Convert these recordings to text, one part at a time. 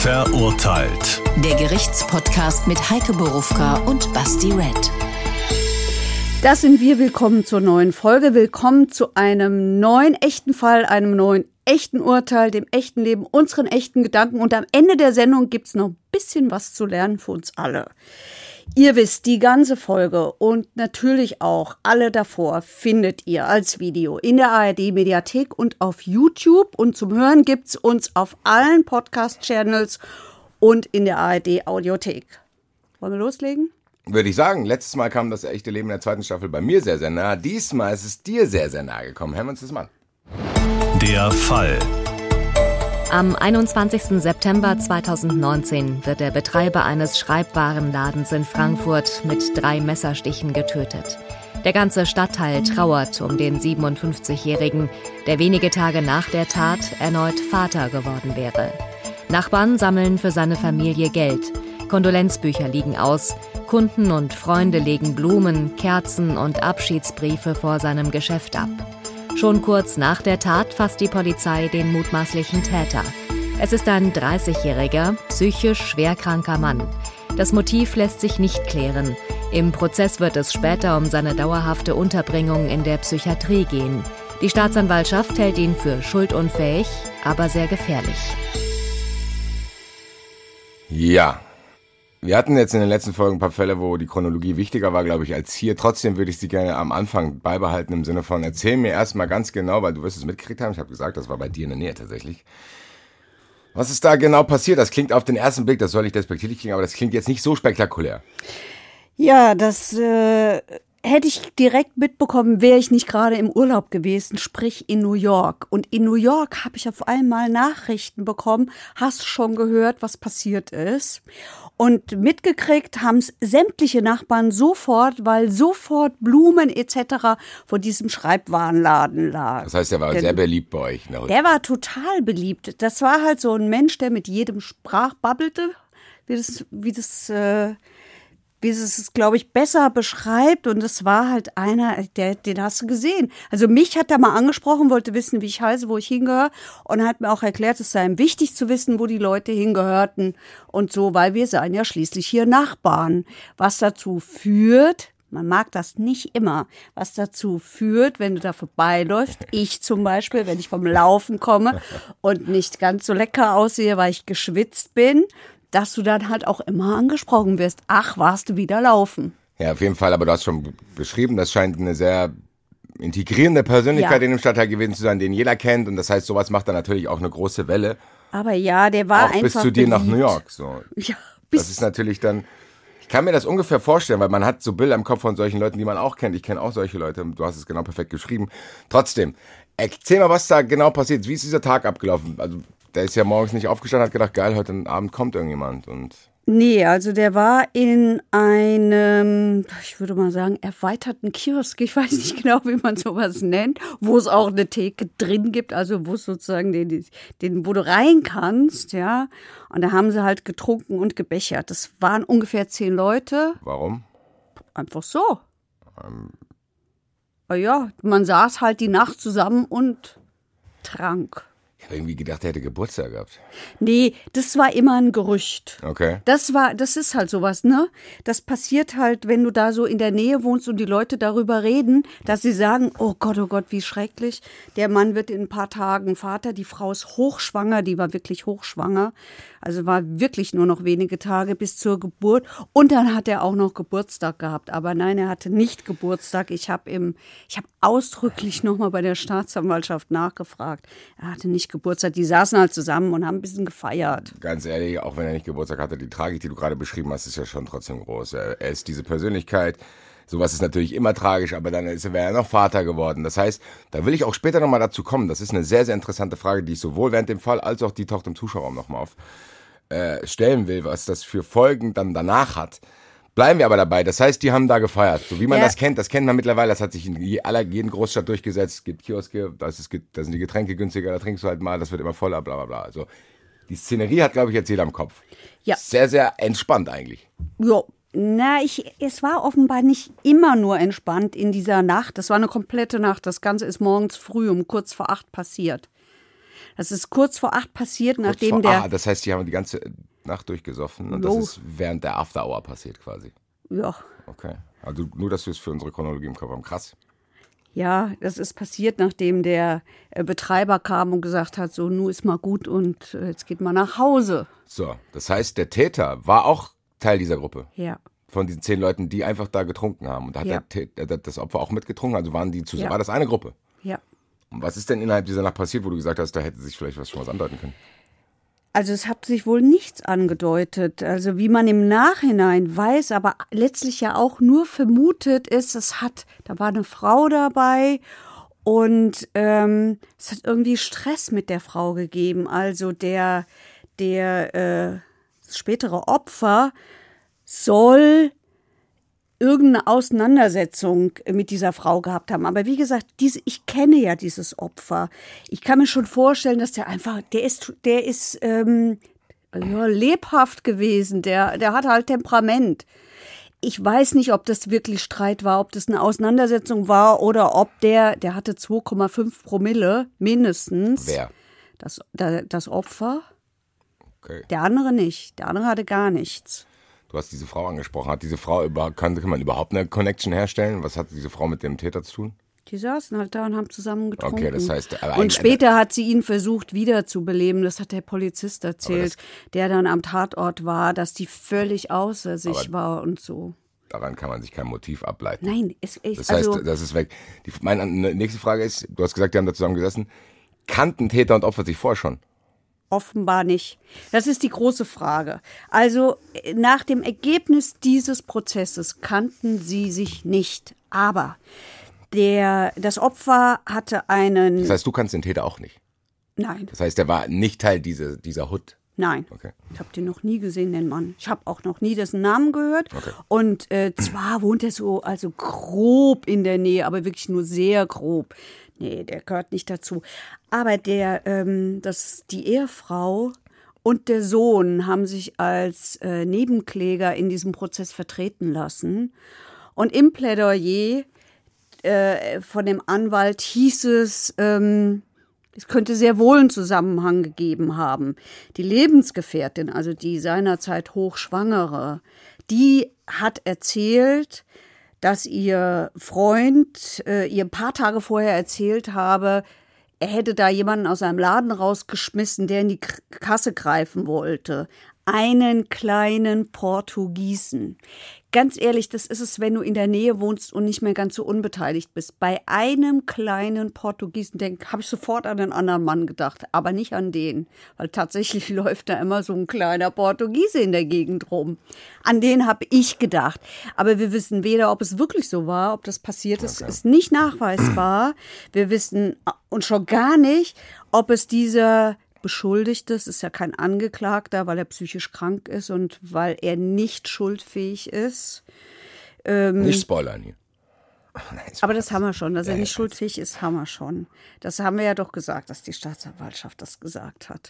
Verurteilt. Der Gerichtspodcast mit Heike Borufka und Basti Red. Das sind wir. Willkommen zur neuen Folge. Willkommen zu einem neuen echten Fall, einem neuen echten Urteil, dem echten Leben, unseren echten Gedanken. Und am Ende der Sendung gibt's noch ein bisschen was zu lernen für uns alle. Ihr wisst, die ganze Folge und natürlich auch alle davor findet ihr als Video in der ARD-Mediathek und auf YouTube. Und zum Hören gibt's uns auf allen Podcast-Channels und in der ARD-Audiothek. Wollen wir loslegen? Würde ich sagen. Letztes Mal kam das echte Leben in der zweiten Staffel bei mir sehr, sehr nah. Diesmal ist es dir sehr, sehr nahe gekommen. Hören wir uns das mal an. Der Fall. Am 21. September 2019 wird der Betreiber eines Schreibwarenladens in Frankfurt mit 3 Messerstichen getötet. Der ganze Stadtteil trauert um den 57-Jährigen, der wenige Tage nach der Tat erneut Vater geworden wäre. Nachbarn sammeln für seine Familie Geld. Kondolenzbücher liegen aus. Kunden und Freunde legen Blumen, Kerzen und Abschiedsbriefe vor seinem Geschäft ab. Schon kurz nach der Tat fasst die Polizei den mutmaßlichen Täter. Es ist ein 30-jähriger, psychisch schwerkranker Mann. Das Motiv lässt sich nicht klären. Im Prozess wird es später um seine dauerhafte Unterbringung in der Psychiatrie gehen. Die Staatsanwaltschaft hält ihn für schuldunfähig, aber sehr gefährlich. Ja. Wir hatten jetzt in den letzten Folgen ein paar Fälle, wo die Chronologie wichtiger war, glaube ich, als hier. Trotzdem würde ich sie gerne am Anfang beibehalten im Sinne von, erzähl mir erstmal ganz genau, weil du wirst es mitgekriegt haben. Ich habe gesagt, das war bei dir in der Nähe tatsächlich. Was ist da genau passiert? Das klingt auf den ersten Blick, das soll nicht despektierlich klingen, aber das klingt jetzt nicht so spektakulär. Ja, das hätte ich direkt mitbekommen, wäre ich nicht gerade im Urlaub gewesen, sprich in New York. Und in New York habe ich auf einmal Nachrichten bekommen, hast du schon gehört, was passiert ist? Und mitgekriegt haben es sämtliche Nachbarn sofort, weil sofort Blumen etc. vor diesem Schreibwarenladen lagen. Das heißt, der war sehr beliebt bei euch. Der war total beliebt. Das war halt so ein Mensch, der mit jedem sprachbabbelte, wie das es, glaube ich, besser beschreibt. Und es war halt einer, den hast du gesehen. Also mich hat er mal angesprochen, wollte wissen, wie ich heiße, wo ich hingehöre. Und hat mir auch erklärt, es sei ihm wichtig zu wissen, wo die Leute hingehörten. Und so, weil wir seien ja schließlich hier Nachbarn. Was dazu führt, man mag das nicht immer, was dazu führt, wenn du da vorbeiläufst. Ich zum Beispiel, wenn ich vom Laufen komme und nicht ganz so lecker aussehe, weil ich geschwitzt bin, dass du dann halt auch immer angesprochen wirst. Ach, warst du wieder laufen? Ja, auf jeden Fall, aber du hast schon beschrieben, das scheint eine sehr integrierende Persönlichkeit in dem Stadtteil gewesen zu sein, den jeder kennt. Und das heißt, sowas macht dann natürlich auch eine große Welle. Aber ja, der war auch einfach bis zu dir beliebt. nach New York. So. Ja, das ist natürlich dann, ich kann mir das ungefähr vorstellen, weil man hat so Bilder im Kopf von solchen Leuten, die man auch kennt. Ich kenne auch solche Leute, du hast es genau perfekt geschrieben. Trotzdem, erzähl mal, was da genau passiert. Wie ist dieser Tag abgelaufen? Also der ist ja morgens nicht aufgestanden, hat gedacht, geil, heute Abend kommt irgendjemand. Und nee, also der war in einem, ich würde mal sagen, erweiterten Kiosk. Ich weiß nicht genau, wie man sowas nennt, wo es auch eine Theke drin gibt, also wo es sozusagen wo du rein kannst, ja. Und da haben sie halt getrunken und gebechert. Das waren ungefähr 10 Leute. Warum? Einfach so. Ja, man saß halt die Nacht zusammen und trank. Ich habe irgendwie gedacht, er hätte Geburtstag gehabt. Nee, das war immer ein Gerücht. Okay. Das ist halt sowas, ne? Das passiert halt, wenn du da so in der Nähe wohnst und die Leute darüber reden, dass sie sagen, oh Gott, wie schrecklich. Der Mann wird in ein paar Tagen Vater, die Frau ist hochschwanger, die war wirklich hochschwanger. Also war wirklich nur noch wenige Tage bis zur Geburt. Und dann hat er auch noch Geburtstag gehabt. Aber nein, er hatte nicht Geburtstag. Ich habe ausdrücklich nochmal bei der Staatsanwaltschaft nachgefragt. Er hatte nicht Geburtstag. Die saßen halt zusammen und haben ein bisschen gefeiert. Ganz ehrlich, auch wenn er nicht Geburtstag hatte, die Tragik, die du gerade beschrieben hast, ist ja schon trotzdem groß. Er ist diese Persönlichkeit. Sowas ist natürlich immer tragisch, aber dann wäre er noch Vater geworden. Das heißt, da will ich auch später nochmal dazu kommen. Das ist eine sehr, sehr interessante Frage, die ich sowohl während dem Fall als auch die taucht im Zuschauerraum nochmal auf stellen will, was das für Folgen dann danach hat. Bleiben wir aber dabei. Das heißt, die haben da gefeiert. So wie man das kennt man mittlerweile. Das hat sich in jeden Großstadt durchgesetzt. Es gibt Kioske, da sind die Getränke günstiger, da trinkst du halt mal, das wird immer voller, bla bla bla. Also die Szenerie hat, glaube ich, jetzt jeder im Kopf. Ja. Sehr, sehr entspannt eigentlich. Ja. Na, es war offenbar nicht immer nur entspannt in dieser Nacht. Das war eine komplette Nacht. Das Ganze ist morgens früh um kurz vor 8 passiert. Das ist kurz vor 8 passiert, nachdem der... das heißt, die haben die ganze Nacht durchgesoffen und das ist während der After Hour passiert quasi. Ja. Okay. Also nur, dass wir es für unsere Chronologie im Kopf haben. Krass. Ja, das ist passiert, nachdem der Betreiber kam und gesagt hat, so, nun ist mal gut und jetzt geht mal nach Hause. So, das heißt, der Täter war auch Teil dieser Gruppe. Ja. Von diesen 10 Leuten, die einfach da getrunken haben. Und da hat das Opfer auch mitgetrunken, also waren die zusammen, war das eine Gruppe? Ja. Und was ist denn innerhalb dieser Nacht passiert, wo du gesagt hast, da hätte sich vielleicht schon was andeuten können? Also es hat sich wohl nichts angedeutet. Also wie man im Nachhinein weiß, aber letztlich ja auch nur vermutet ist, da war eine Frau dabei und es hat irgendwie Stress mit der Frau gegeben. Also das spätere Opfer soll irgendeine Auseinandersetzung mit dieser Frau gehabt haben. Aber wie gesagt, ich kenne ja dieses Opfer. Ich kann mir schon vorstellen, dass der ist lebhaft gewesen. Der hat halt Temperament. Ich weiß nicht, ob das wirklich Streit war, ob das eine Auseinandersetzung war oder ob der hatte 2,5 Promille mindestens. Wer? Das Opfer. Okay. Der andere nicht. Der andere hatte gar nichts. Du hast diese Frau angesprochen. Hat diese Frau kann man überhaupt eine Connection herstellen? Was hat diese Frau mit dem Täter zu tun? Die saßen halt da und haben zusammen getrunken. Okay, das heißt, und später hat sie ihn versucht wiederzubeleben. Das hat der Polizist erzählt, der dann am Tatort war, dass die völlig außer sich war und so. Daran kann man sich kein Motiv ableiten. Nein, das heißt, das ist weg. Meine nächste Frage ist, du hast gesagt, die haben da zusammen gesessen. Kannten Täter und Opfer sich vorher schon? Offenbar nicht. Das ist die große Frage. Also nach dem Ergebnis dieses Prozesses kannten sie sich nicht. Aber das Opfer hatte einen... Das heißt, du kannst den Täter auch nicht? Nein. Das heißt, der war nicht Teil dieser Hut? Nein. Okay. Ich habe den noch nie gesehen, den Mann. Ich habe auch noch nie dessen Namen gehört. Okay. Und zwar wohnt er so grob in der Nähe, aber wirklich nur sehr grob. Nee, der gehört nicht dazu. Aber die Ehefrau und der Sohn haben sich als Nebenkläger in diesem Prozess vertreten lassen. Und im Plädoyer von dem Anwalt hieß es könnte sehr wohl einen Zusammenhang gegeben haben. Die Lebensgefährtin, also die seinerzeit Hochschwangere, die hat erzählt, dass ihr Freund ihr ein paar Tage vorher erzählt habe, er hätte da jemanden aus einem Laden rausgeschmissen, der in die Kasse greifen wollte. Einen kleinen Portugiesen. Ganz ehrlich, das ist es, wenn du in der Nähe wohnst und nicht mehr ganz so unbeteiligt bist. Bei einem kleinen Portugiesen, habe ich sofort an den anderen Mann gedacht, aber nicht an den. Weil tatsächlich läuft da immer so ein kleiner Portugiese in der Gegend rum. An den habe ich gedacht. Aber wir wissen weder, ob es wirklich so war, ob das passiert ist, ist nicht nachweisbar. Wir wissen und schon gar nicht, ob es dieser Beschuldigtes, ist ja kein Angeklagter, weil er psychisch krank ist und weil er nicht schuldfähig ist. Nicht spoilern hier. Nein, aber das haben wir schon, dass er nicht schuldfähig ist, haben wir schon. Das haben wir ja doch gesagt, dass die Staatsanwaltschaft das gesagt hat.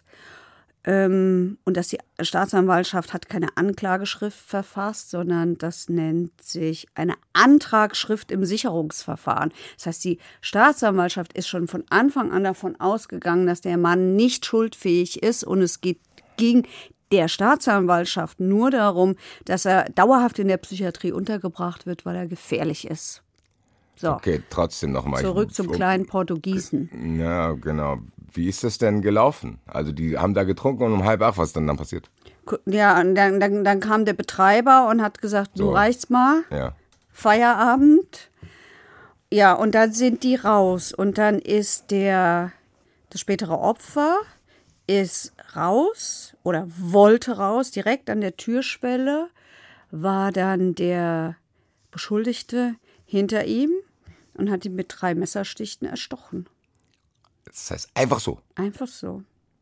Und dass die Staatsanwaltschaft hat keine Anklageschrift verfasst, sondern das nennt sich eine Antragsschrift im Sicherungsverfahren. Das heißt, die Staatsanwaltschaft ist schon von Anfang an davon ausgegangen, dass der Mann nicht schuldfähig ist und es ging der Staatsanwaltschaft nur darum, dass er dauerhaft in der Psychiatrie untergebracht wird, weil er gefährlich ist. So. Okay, trotzdem nochmal. Zurück zum kleinen Portugiesen. Ja, genau. Wie ist das denn gelaufen? Also die haben da getrunken und um 7:30, was ist dann passiert? Ja, und dann kam der Betreiber und hat gesagt, so reicht's mal, Feierabend. Ja, und dann sind die raus. Und dann ist das spätere Opfer ist raus oder wollte raus, direkt an der Türschwelle war dann der Beschuldigte hinter ihm und hat ihn mit 3 Messerstichen erstochen. Das heißt einfach so? Einfach so.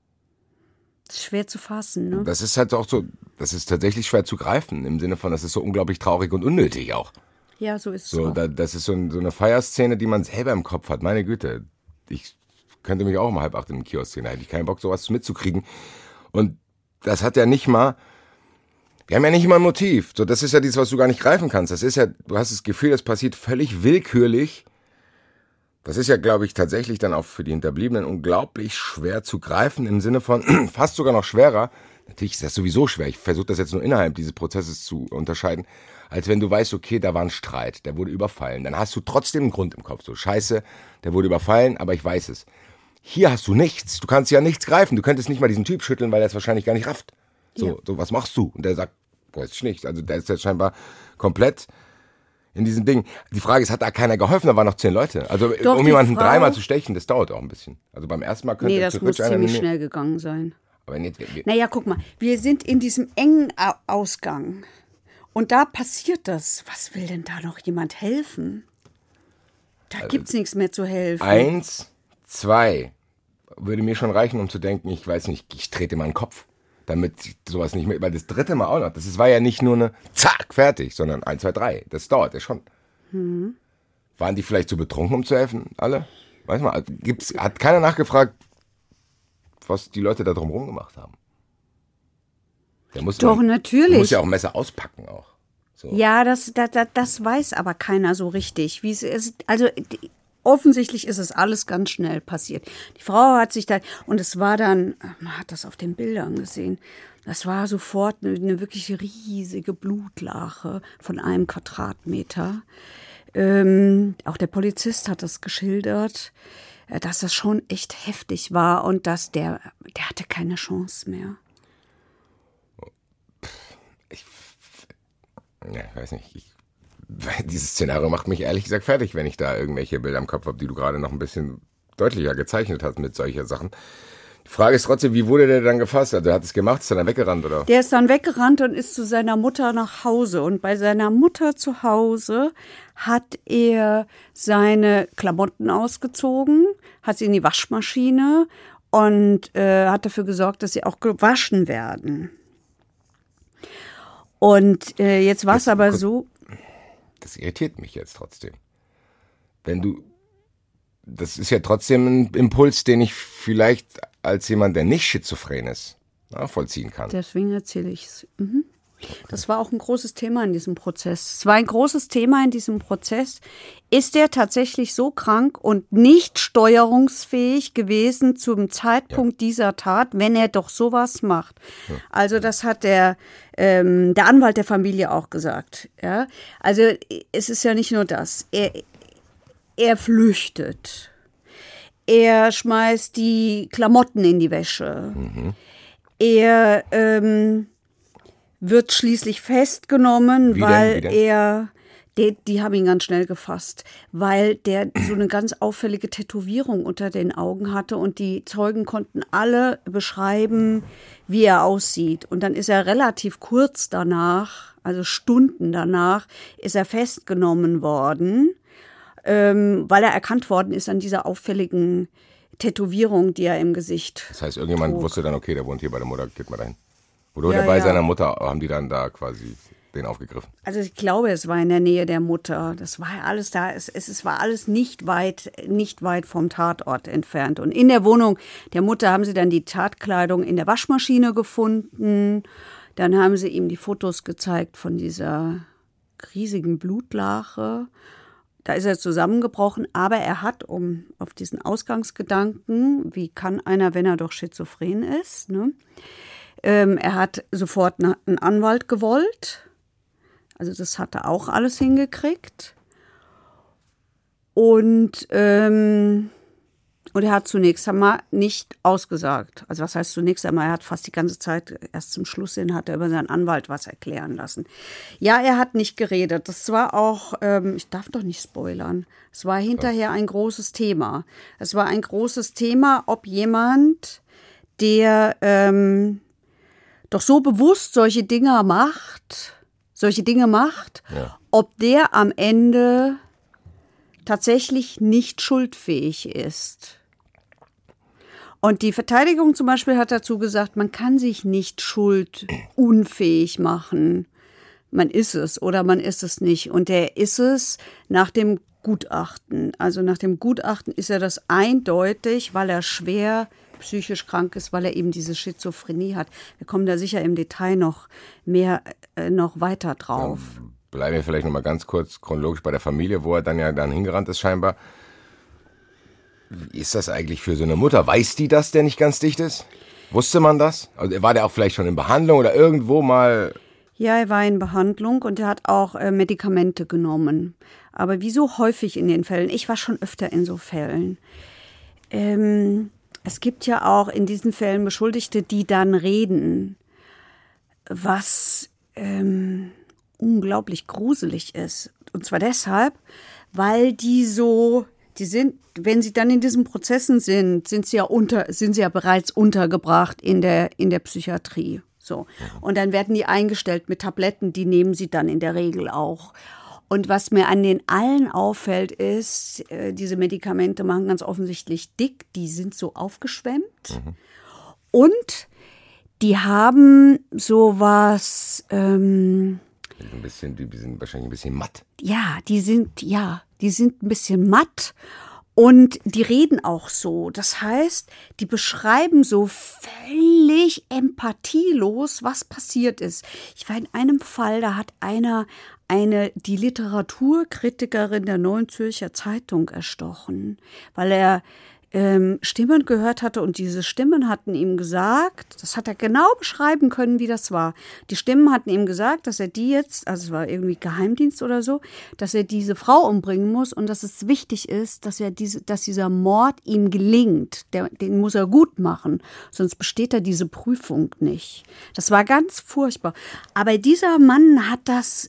Das ist schwer zu fassen, ne? Das ist halt auch so, das ist tatsächlich schwer zu greifen, im Sinne von, das ist so unglaublich traurig und unnötig auch. Ja, so ist es so, auch. Das ist so eine Feierszene, die man selber im Kopf hat. Meine Güte, ich könnte mich auch um 7:30 in den Kiosk sehen, da hätte ich keinen Bock, sowas mitzukriegen. Und das hat ja nicht mal, wir haben ja nicht immer ein Motiv. So, das ist ja dieses, was du gar nicht greifen kannst. Das ist ja, du hast das Gefühl, das passiert völlig willkürlich. Das ist ja, glaube ich, tatsächlich dann auch für die Hinterbliebenen unglaublich schwer zu greifen, im Sinne von fast sogar noch schwerer. Natürlich ist das sowieso schwer. Ich versuche das jetzt nur innerhalb dieses Prozesses zu unterscheiden, als wenn du weißt, okay, da war ein Streit, der wurde überfallen. Dann hast du trotzdem einen Grund im Kopf. So, scheiße, der wurde überfallen, aber ich weiß es. Hier hast du nichts. Du kannst ja nichts greifen. Du könntest nicht mal diesen Typ schütteln, weil er es wahrscheinlich gar nicht rafft. So, was machst du? Und der sagt, weiß ich nicht. Also der ist jetzt scheinbar komplett in diesem Ding. Die Frage ist, hat da keiner geholfen? Da waren noch 10 Leute. Also Doch, um jemanden Frau, 3-mal zu stechen, das dauert auch ein bisschen. Also beim ersten Mal könnte das muss ziemlich schnell gegangen sein. Aber nicht, Naja, guck mal, wir sind in diesem engen Ausgang. Und da passiert das. Was will denn da noch jemand helfen? Da gibt's nichts mehr zu helfen. 1, 2 würde mir schon reichen, um zu denken, ich weiß nicht, ich trete mal den Kopf, damit sowas nicht mehr, weil das 3. Mal auch noch, war ja nicht nur eine zack, fertig, sondern 1, 2, 3, das dauert ja schon. Waren die vielleicht zu betrunken, um zu helfen, alle? Weiß mal, hat keiner nachgefragt, was die Leute da drumherum gemacht haben? Natürlich. Der muss ja auch Messer auspacken auch. So. Ja, das weiß aber keiner so richtig. Wie es ist. Also offensichtlich ist es alles ganz schnell passiert. Die Frau hat sich da, und es war dann, man hat das auf den Bildern gesehen, das war sofort eine wirklich riesige Blutlache von 1 Quadratmeter. Auch der Polizist hat das geschildert, dass das schon echt heftig war und dass der hatte keine Chance mehr. Ich weiß nicht, dieses Szenario macht mich ehrlich gesagt fertig, wenn ich da irgendwelche Bilder im Kopf habe, die du gerade noch ein bisschen deutlicher gezeichnet hast mit solcher Sachen. Die Frage ist trotzdem, wie wurde der dann gefasst? Also er hat es gemacht, ist er dann weggerannt, oder? Der ist dann weggerannt und ist zu seiner Mutter nach Hause. Und bei seiner Mutter zu Hause hat er seine Klamotten ausgezogen, hat sie in die Waschmaschine und hat dafür gesorgt, dass sie auch gewaschen werden. Und jetzt war es aber so. Das irritiert mich jetzt trotzdem. Das ist ja trotzdem ein Impuls, den ich vielleicht als jemand, der nicht schizophren ist, nachvollziehen kann. Deswegen erzähle ich es. Das war auch ein großes Thema in diesem Prozess. Es war ein großes Thema in diesem Prozess. Ist er tatsächlich so krank und nicht steuerungsfähig gewesen zum Zeitpunkt dieser Tat, wenn er doch sowas macht? Ja. Also das hat der Anwalt der Familie auch gesagt. Ja? Also es ist ja nicht nur das. Er flüchtet. Er schmeißt die Klamotten in die Wäsche. Er wird schließlich festgenommen, weil er, die haben ihn ganz schnell gefasst, weil der so eine ganz auffällige Tätowierung unter den Augen hatte und die Zeugen konnten alle beschreiben, wie er aussieht. Und dann ist er relativ kurz danach, also Stunden danach, ist er festgenommen worden, weil er erkannt worden ist an dieser auffälligen Tätowierung, die er im Gesicht Das heißt, irgendjemand wusste dann, okay, der wohnt hier bei der Mutter, geht mal dahin. Oder bei seiner Mutter haben die dann da quasi den aufgegriffen? Also ich glaube, es war in der Nähe der Mutter. Das war ja alles da. Es war alles nicht weit vom Tatort entfernt. Und in der Wohnung der Mutter haben sie dann die Tatkleidung in der Waschmaschine gefunden. Dann haben sie ihm die Fotos gezeigt von dieser riesigen Blutlache. Da ist er zusammengebrochen, aber er hat, um auf diesen Ausgangsgedanken, wie kann einer, wenn er doch schizophren ist, ne? Er hat sofort einen Anwalt gewollt. Also das hat er auch alles hingekriegt. Und er hat zunächst einmal nicht ausgesagt. Also was heißt zunächst einmal? Er hat fast die ganze Zeit, erst zum Schluss hin, hat er über seinen Anwalt was erklären lassen. Ja, er hat nicht geredet. Das war auch, ich darf doch nicht spoilern, es war hinterher ein großes Thema. Es war ein großes Thema, ob jemand, der doch so bewusst solche Dinge macht, ob der am Ende tatsächlich nicht schuldfähig ist. Und die Verteidigung zum Beispiel hat dazu gesagt, man kann sich nicht schuldunfähig machen. Man ist es oder man ist es nicht. Und der ist es nach dem Gutachten. Also nach dem Gutachten ist er das eindeutig, weil er schwer psychisch krank ist, weil er eben diese Schizophrenie hat. Wir kommen da sicher im Detail noch weiter drauf. Bleiben wir vielleicht noch mal ganz kurz chronologisch bei der Familie, wo er dann hingerannt ist scheinbar. Wie ist das eigentlich für so eine Mutter? Weiß die, dass der nicht ganz dicht ist? Wusste man das? Also war der auch vielleicht schon in Behandlung oder irgendwo mal? Ja, er war in Behandlung und er hat auch Medikamente genommen. Aber wie so häufig in den Fällen, ich war schon öfter in so Fällen. Es gibt ja auch in diesen Fällen Beschuldigte, die dann reden, was unglaublich gruselig ist. Und zwar deshalb, weil die sind, wenn sie dann in diesen Prozessen sind sie ja bereits untergebracht in der Psychiatrie. So. Und dann werden die eingestellt mit Tabletten, die nehmen sie dann in der Regel auch. Und was mir an den allen auffällt, ist, diese Medikamente machen ganz offensichtlich dick, die sind so aufgeschwemmt. Und die haben sowas. Die sind wahrscheinlich ein bisschen matt. Ja, die sind ein bisschen matt. Und die reden auch so. Das heißt, die beschreiben so völlig empathielos, was passiert ist. Ich war in einem Fall, da hat die Literaturkritikerin der Neuen Zürcher Zeitung erstochen, weil er Stimmen gehört hatte und diese Stimmen hatten ihm gesagt, das hat er genau beschreiben können, wie das war. Die Stimmen hatten ihm gesagt, dass er die jetzt, also es war irgendwie Geheimdienst oder so, dass er diese Frau umbringen muss und dass es wichtig ist, dass dieser Mord ihm gelingt. Den muss er gut machen, sonst besteht er diese Prüfung nicht. Das war ganz furchtbar. Aber dieser Mann hat das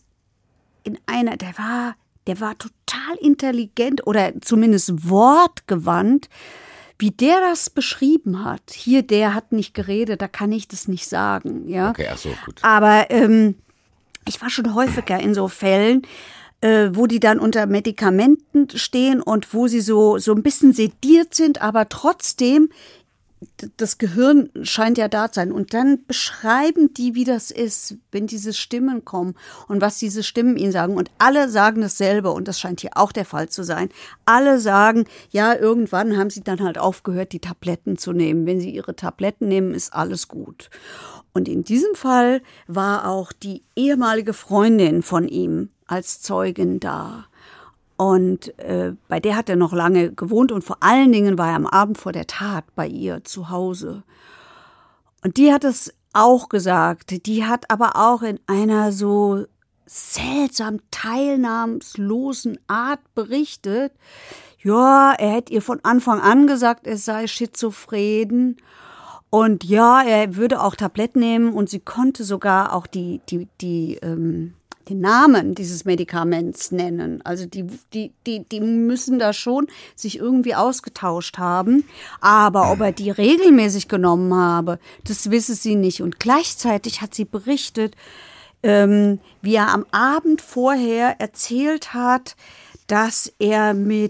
der war total intelligent oder zumindest wortgewandt, wie der das beschrieben hat. Hier, der hat nicht geredet, da kann ich das nicht sagen. Ja? Okay, ach so, gut. Aber ich war schon häufiger in so Fällen, wo die dann unter Medikamenten stehen und wo sie so ein bisschen sediert sind, aber trotzdem das Gehirn scheint ja da zu sein. Und dann beschreiben die, wie das ist, wenn diese Stimmen kommen und was diese Stimmen ihnen sagen. Und alle sagen dasselbe und das scheint hier auch der Fall zu sein. Alle sagen, ja, irgendwann haben sie dann halt aufgehört, die Tabletten zu nehmen. Wenn sie ihre Tabletten nehmen, ist alles gut. Und in diesem Fall war auch die ehemalige Freundin von ihm als Zeugin da. Und bei der hat er noch lange gewohnt und vor allen Dingen war er am Abend vor der Tat bei ihr zu Hause. Und die hat es auch gesagt, die hat aber auch in einer so seltsam teilnahmslosen Art berichtet. Ja, er hätte ihr von Anfang an gesagt, er sei schizophren. Und ja, er würde auch Tabletten nehmen und sie konnte sogar auch den Namen dieses Medikaments nennen. Also die müssen da schon sich irgendwie ausgetauscht haben. Aber ob er die regelmäßig genommen habe, das wisse sie nicht. Und gleichzeitig hat sie berichtet, wie er am Abend vorher erzählt hat, dass er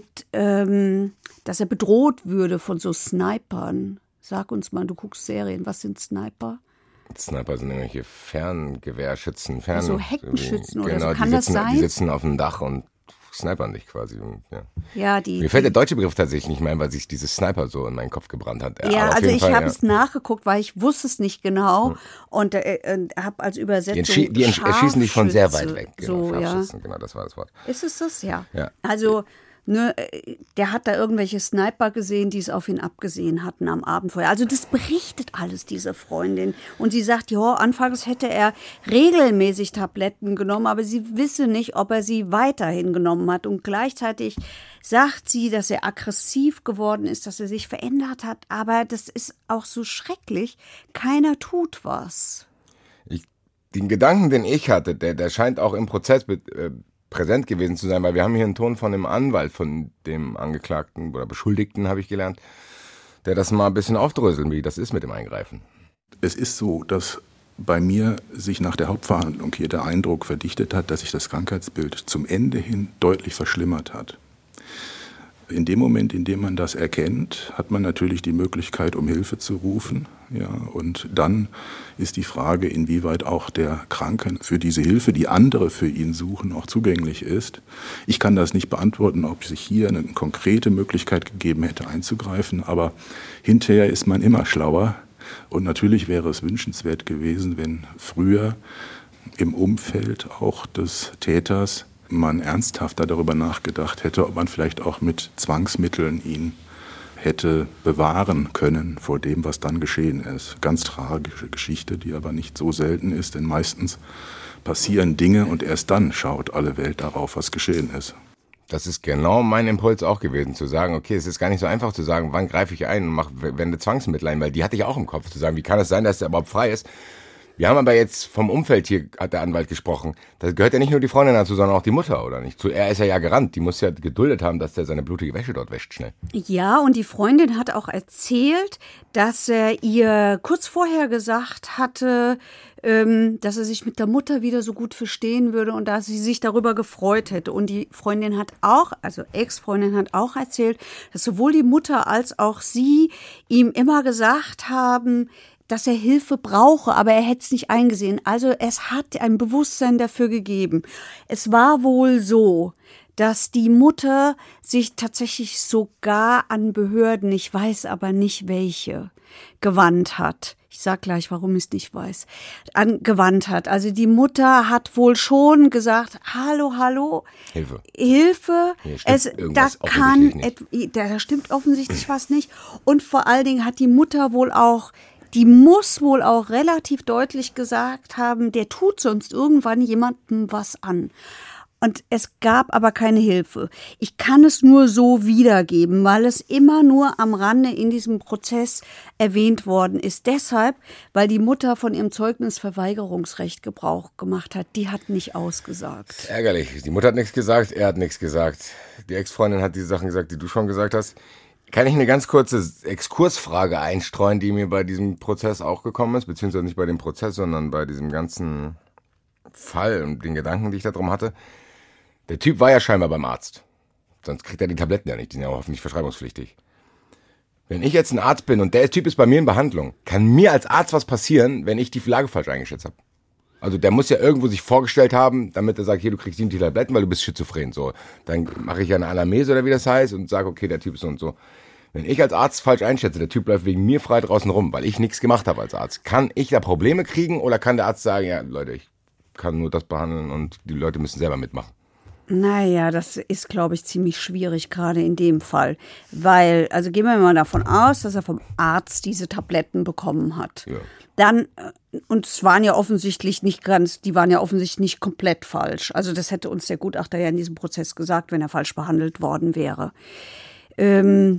bedroht würde von so Snipern. Sag uns mal, du guckst Serien, was sind Sniper? Sniper sind irgendwelche Ferngewehrschützen. So Heckenschützen oder genau, so. Kann das sein? Die sitzen auf dem Dach und snipern dich quasi. Ja, mir fällt der deutsche Begriff tatsächlich nicht mehr ein, weil sich dieses Sniper so in meinen Kopf gebrannt hat. Ja, also ich habe es nachgeguckt, weil ich wusste es nicht genau und habe als Übersetzung die erschießen dich von sehr weit weg. Genau, so, Scharfschützen, genau, das war das Wort. Ist es das? Ja. Ja. Also der hat da irgendwelche Sniper gesehen, die es auf ihn abgesehen hatten am Abend vorher. Also das berichtet alles diese Freundin. Und sie sagt, ja, anfangs hätte er regelmäßig Tabletten genommen, aber sie wisse nicht, ob er sie weiterhin genommen hat. Und gleichzeitig sagt sie, dass er aggressiv geworden ist, dass er sich verändert hat. Aber das ist auch so schrecklich. Keiner tut was. Den Gedanken, den ich hatte, der scheint auch im Prozess präsent gewesen zu sein, weil wir haben hier einen Ton von dem Anwalt, von dem Angeklagten oder Beschuldigten, habe ich gelernt, der das mal ein bisschen aufdröselt, wie das ist mit dem Eingreifen. Es ist so, dass bei mir sich nach der Hauptverhandlung hier der Eindruck verdichtet hat, dass sich das Krankheitsbild zum Ende hin deutlich verschlimmert hat. In dem Moment, in dem man das erkennt, hat man natürlich die Möglichkeit, um Hilfe zu rufen. Ja, und dann ist die Frage, inwieweit auch der Kranke für diese Hilfe, die andere für ihn suchen, auch zugänglich ist. Ich kann das nicht beantworten, ob sich hier eine konkrete Möglichkeit gegeben hätte, einzugreifen. Aber hinterher ist man immer schlauer. Und natürlich wäre es wünschenswert gewesen, wenn früher im Umfeld auch des Täters man ernsthafter darüber nachgedacht hätte, ob man vielleicht auch mit Zwangsmitteln ihn hätte bewahren können vor dem, was dann geschehen ist. Ganz tragische Geschichte, die aber nicht so selten ist, denn meistens passieren Dinge und erst dann schaut alle Welt darauf, was geschehen ist. Das ist genau mein Impuls auch gewesen, zu sagen, okay, es ist gar nicht so einfach zu sagen, wann greife ich ein und wende Zwangsmittel ein, weil die hatte ich auch im Kopf, zu sagen, wie kann es sein, dass der überhaupt frei ist? Wir haben aber jetzt vom Umfeld hier, hat der Anwalt gesprochen, da gehört ja nicht nur die Freundin dazu, sondern auch die Mutter, oder nicht? Er ist ja gerannt, die muss ja geduldet haben, dass der seine blutige Wäsche dort wäscht schnell. Ja, und die Freundin hat auch erzählt, dass er ihr kurz vorher gesagt hatte, dass er sich mit der Mutter wieder so gut verstehen würde und dass sie sich darüber gefreut hätte. Und die Freundin hat auch, also Ex-Freundin hat auch erzählt, dass sowohl die Mutter als auch sie ihm immer gesagt haben, dass er Hilfe brauche, aber er hätte es nicht eingesehen. Also es hat ein Bewusstsein dafür gegeben. Es war wohl so, dass die Mutter sich tatsächlich sogar an Behörden, ich weiß aber nicht welche, gewandt hat. Ich sag gleich, warum ich es nicht weiß. Gewandt hat. Also die Mutter hat wohl schon gesagt, hallo. Hilfe. Da stimmt offensichtlich was nicht. Und vor allen Dingen hat die Mutter die muss wohl auch relativ deutlich gesagt haben, der tut sonst irgendwann jemandem was an. Und es gab aber keine Hilfe. Ich kann es nur so wiedergeben, weil es immer nur am Rande in diesem Prozess erwähnt worden ist. Deshalb, weil die Mutter von ihrem Zeugnisverweigerungsrecht Gebrauch gemacht hat. Die hat nicht ausgesagt. Ärgerlich. Die Mutter hat nichts gesagt, er hat nichts gesagt. Die Ex-Freundin hat die Sachen gesagt, die du schon gesagt hast. Kann ich eine ganz kurze Exkursfrage einstreuen, die mir bei diesem Prozess auch gekommen ist, beziehungsweise nicht bei dem Prozess, sondern bei diesem ganzen Fall und den Gedanken, die ich da drum hatte. Der Typ war ja scheinbar beim Arzt. Sonst kriegt er die Tabletten ja nicht, die sind ja auch hoffentlich verschreibungspflichtig. Wenn ich jetzt ein Arzt bin und der Typ ist bei mir in Behandlung, kann mir als Arzt was passieren, wenn ich die Lage falsch eingeschätzt habe. Also der muss ja irgendwo sich vorgestellt haben, damit er sagt, hier, du kriegst die Tabletten, weil du bist schizophren. So, dann mache ich ja eine Anamnese oder wie das heißt und sage, okay, der Typ ist so und so. Wenn ich als Arzt falsch einschätze, der Typ läuft wegen mir frei draußen rum, weil ich nichts gemacht habe als Arzt, kann ich da Probleme kriegen oder kann der Arzt sagen, ja, Leute, ich kann nur das behandeln und die Leute müssen selber mitmachen? Naja, das ist, glaube ich, ziemlich schwierig, gerade in dem Fall. Weil, also gehen wir mal davon aus, dass er vom Arzt diese Tabletten bekommen hat. Ja. Dann, und es waren ja offensichtlich die waren ja offensichtlich nicht komplett falsch. Also das hätte uns der Gutachter ja in diesem Prozess gesagt, wenn er falsch behandelt worden wäre. Man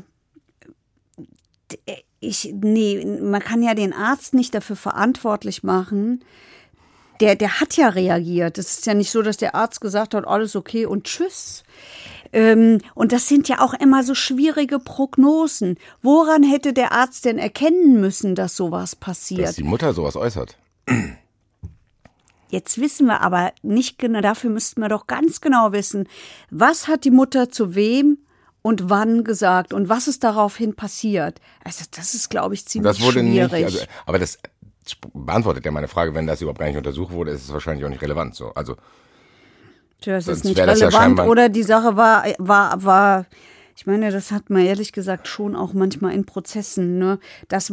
kann ja den Arzt nicht dafür verantwortlich machen. Der hat ja reagiert. Es ist ja nicht so, dass der Arzt gesagt hat, alles okay und tschüss. Und das sind ja auch immer so schwierige Prognosen. Woran hätte der Arzt denn erkennen müssen, dass sowas passiert? Dass die Mutter sowas äußert. Jetzt wissen wir aber nicht genau, dafür müssten wir doch ganz genau wissen, was hat die Mutter zu wem und wann gesagt und was ist daraufhin passiert. Also das ist, glaube ich, ziemlich schwierig. Aber das beantwortet ja meine Frage, wenn das überhaupt gar nicht untersucht wurde, ist es wahrscheinlich auch nicht relevant. So. Also, das ist nicht relevant oder die Sache war, ich meine, das hat man ehrlich gesagt schon auch manchmal in Prozessen, ne? Dass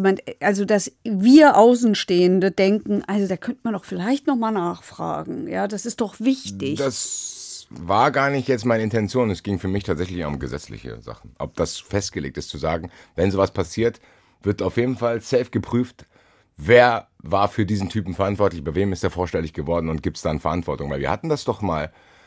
wir Außenstehende denken, also da könnte man doch vielleicht nochmal nachfragen. Ja, das ist doch wichtig. Das war gar nicht jetzt meine Intention. Es ging für mich tatsächlich um gesetzliche Sachen. Ob das festgelegt ist, zu sagen, wenn sowas passiert, wird auf jeden Fall safe geprüft, wer war für diesen Typen verantwortlich, bei wem ist er vorstellig geworden und gibt es dann Verantwortung? Weil wir hatten das doch mal,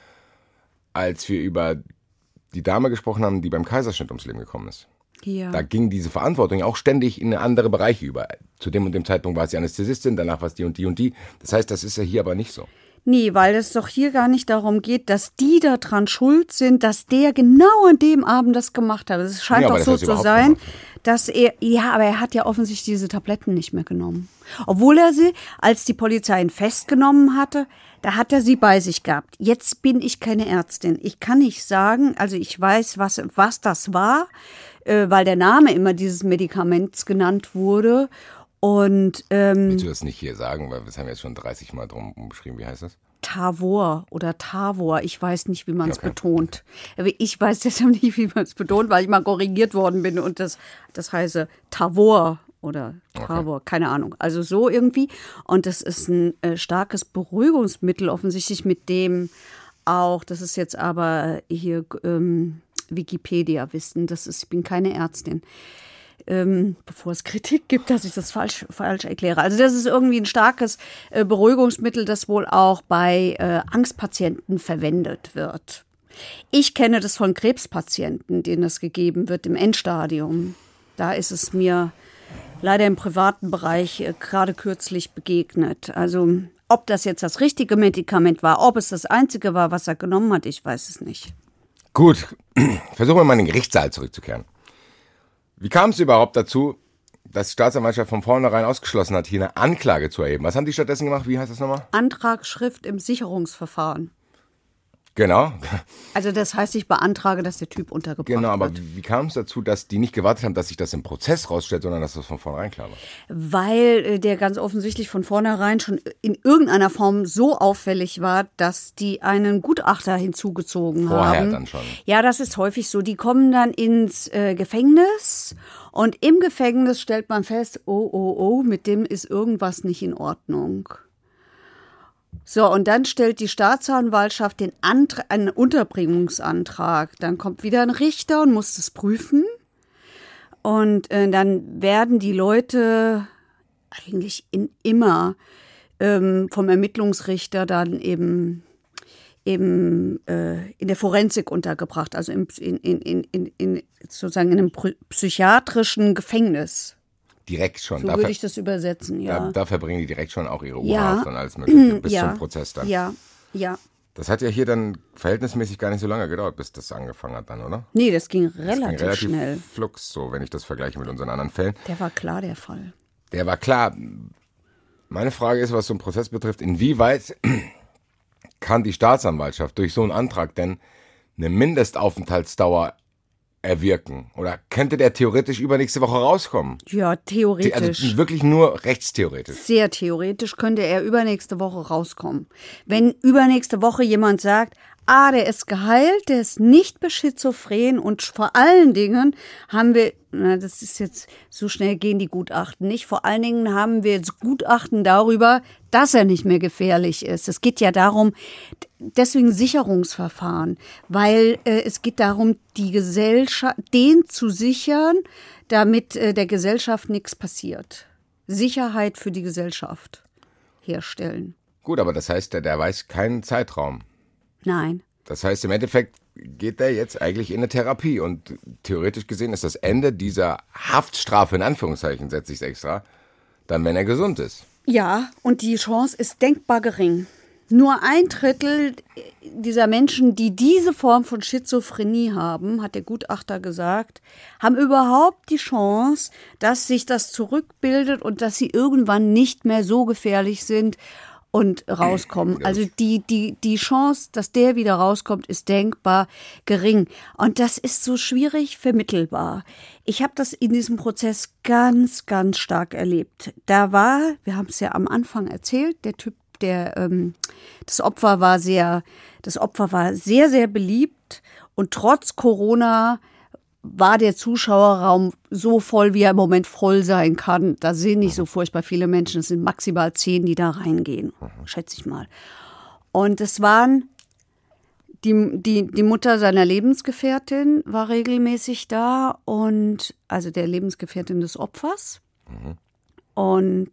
als wir über die Dame gesprochen haben, die beim Kaiserschnitt ums Leben gekommen ist. Ja. Da ging diese Verantwortung auch ständig in andere Bereiche über. Zu dem und dem Zeitpunkt war es die Anästhesistin, danach war es die und die und die. Das heißt, das ist ja hier aber nicht so. Nee, weil es doch hier gar nicht darum geht, dass die da dran schuld sind, dass der genau an dem Abend das gemacht hat. Es scheint doch so zu sein, dass aber er hat ja offensichtlich diese Tabletten nicht mehr genommen. Obwohl er sie, als die Polizei ihn festgenommen hatte, da hat er sie bei sich gehabt. Jetzt bin ich keine Ärztin. Ich kann nicht sagen, also ich weiß, was das war, weil der Name immer dieses Medikaments genannt wurde. Und willst du das nicht hier sagen, weil wir haben jetzt schon 30 Mal drum umschrieben, wie heißt das? Tavor oder Tavor, ich weiß nicht, wie man es betont. Ich weiß deshalb nicht, wie man es betont, weil ich mal korrigiert worden bin und das heiße Tavor oder Tavor, keine Ahnung. Also so irgendwie. Und das ist ein starkes Beruhigungsmittel, offensichtlich mit dem auch, das ist jetzt aber hier Wikipedia-Wissen. Ich bin keine Ärztin. Bevor es Kritik gibt, dass ich das falsch erkläre. Also das ist irgendwie ein starkes Beruhigungsmittel, das wohl auch bei Angstpatienten verwendet wird. Ich kenne das von Krebspatienten, denen das gegeben wird im Endstadium. Da ist es mir leider im privaten Bereich gerade kürzlich begegnet. Also ob das jetzt das richtige Medikament war, ob es das einzige war, was er genommen hat, ich weiß es nicht. Gut, versuchen wir mal in den Gerichtssaal zurückzukehren. Wie kam es überhaupt dazu, dass die Staatsanwaltschaft von vornherein ausgeschlossen hat, hier eine Anklage zu erheben? Was haben die stattdessen gemacht? Wie heißt das nochmal? Antragsschrift im Sicherungsverfahren. Genau. Also das heißt, ich beantrage, dass der Typ untergebracht wird. Genau, aber wie kam es dazu, dass die nicht gewartet haben, dass sich das im Prozess rausstellt, sondern dass das von vornherein klar war? Weil der ganz offensichtlich von vornherein schon in irgendeiner Form so auffällig war, dass die einen Gutachter hinzugezogen haben. Vorher dann schon. Ja, das ist häufig so. Die kommen dann ins Gefängnis und im Gefängnis stellt man fest, oh, mit dem ist irgendwas nicht in Ordnung. So, und dann stellt die Staatsanwaltschaft einen Unterbringungsantrag. Dann kommt wieder ein Richter und muss das prüfen. Und dann werden die Leute eigentlich immer vom Ermittlungsrichter dann eben in der Forensik untergebracht, also sozusagen in einem psychiatrischen Gefängnis. Direkt schon. So würde ich das übersetzen, ja. Da verbringen die direkt schon auch ihre Urhaft und alles Mögliche bis zum Prozess dann. Ja. Das hat ja hier dann verhältnismäßig gar nicht so lange gedauert, bis das angefangen hat dann, oder? Nee, das ging relativ schnell. Flux, so, wenn ich das vergleiche mit unseren anderen Fällen. Der war klar, der Fall. Der war klar. Meine Frage ist, was so einen Prozess betrifft, inwieweit kann die Staatsanwaltschaft durch so einen Antrag denn eine Mindestaufenthaltsdauer erwirken? Oder könnte der theoretisch übernächste Woche rauskommen? Ja, theoretisch. Also wirklich nur rechtstheoretisch. Sehr theoretisch könnte er übernächste Woche rauskommen. Wenn übernächste Woche jemand sagt, der ist geheilt, der ist nicht schizophren und vor allen Dingen haben wir, das ist jetzt, so schnell gehen die Gutachten nicht, vor allen Dingen haben wir jetzt Gutachten darüber, dass er nicht mehr gefährlich ist. Es geht ja darum, deswegen Sicherungsverfahren, weil es geht darum, die Gesellschaft, den zu sichern, damit der Gesellschaft nichts passiert. Sicherheit für die Gesellschaft herstellen. Gut, aber das heißt, der weiß keinen Zeitraum. Nein. Das heißt, im Endeffekt geht der jetzt eigentlich in eine Therapie und theoretisch gesehen ist das Ende dieser Haftstrafe, in Anführungszeichen, setze ich es extra, dann, wenn er gesund ist. Ja, und die Chance ist denkbar gering. Nur 1/3 dieser Menschen, die diese Form von Schizophrenie haben, hat der Gutachter gesagt, haben überhaupt die Chance, dass sich das zurückbildet und dass sie irgendwann nicht mehr so gefährlich sind und rauskommen. Also die Chance, dass der wieder rauskommt, ist denkbar gering. Und das ist so schwierig vermittelbar. Ich habe das in diesem Prozess ganz, ganz stark erlebt. Wir haben es ja am Anfang erzählt, der Typ, das Opfer war sehr, sehr beliebt und trotz Corona war der Zuschauerraum so voll, wie er im Moment voll sein kann. Da sind nicht so furchtbar viele Menschen. Es sind maximal 10, die da reingehen, schätze ich mal. Und es waren die Mutter seiner Lebensgefährtin war regelmäßig da und also der Lebensgefährtin des Opfers. Und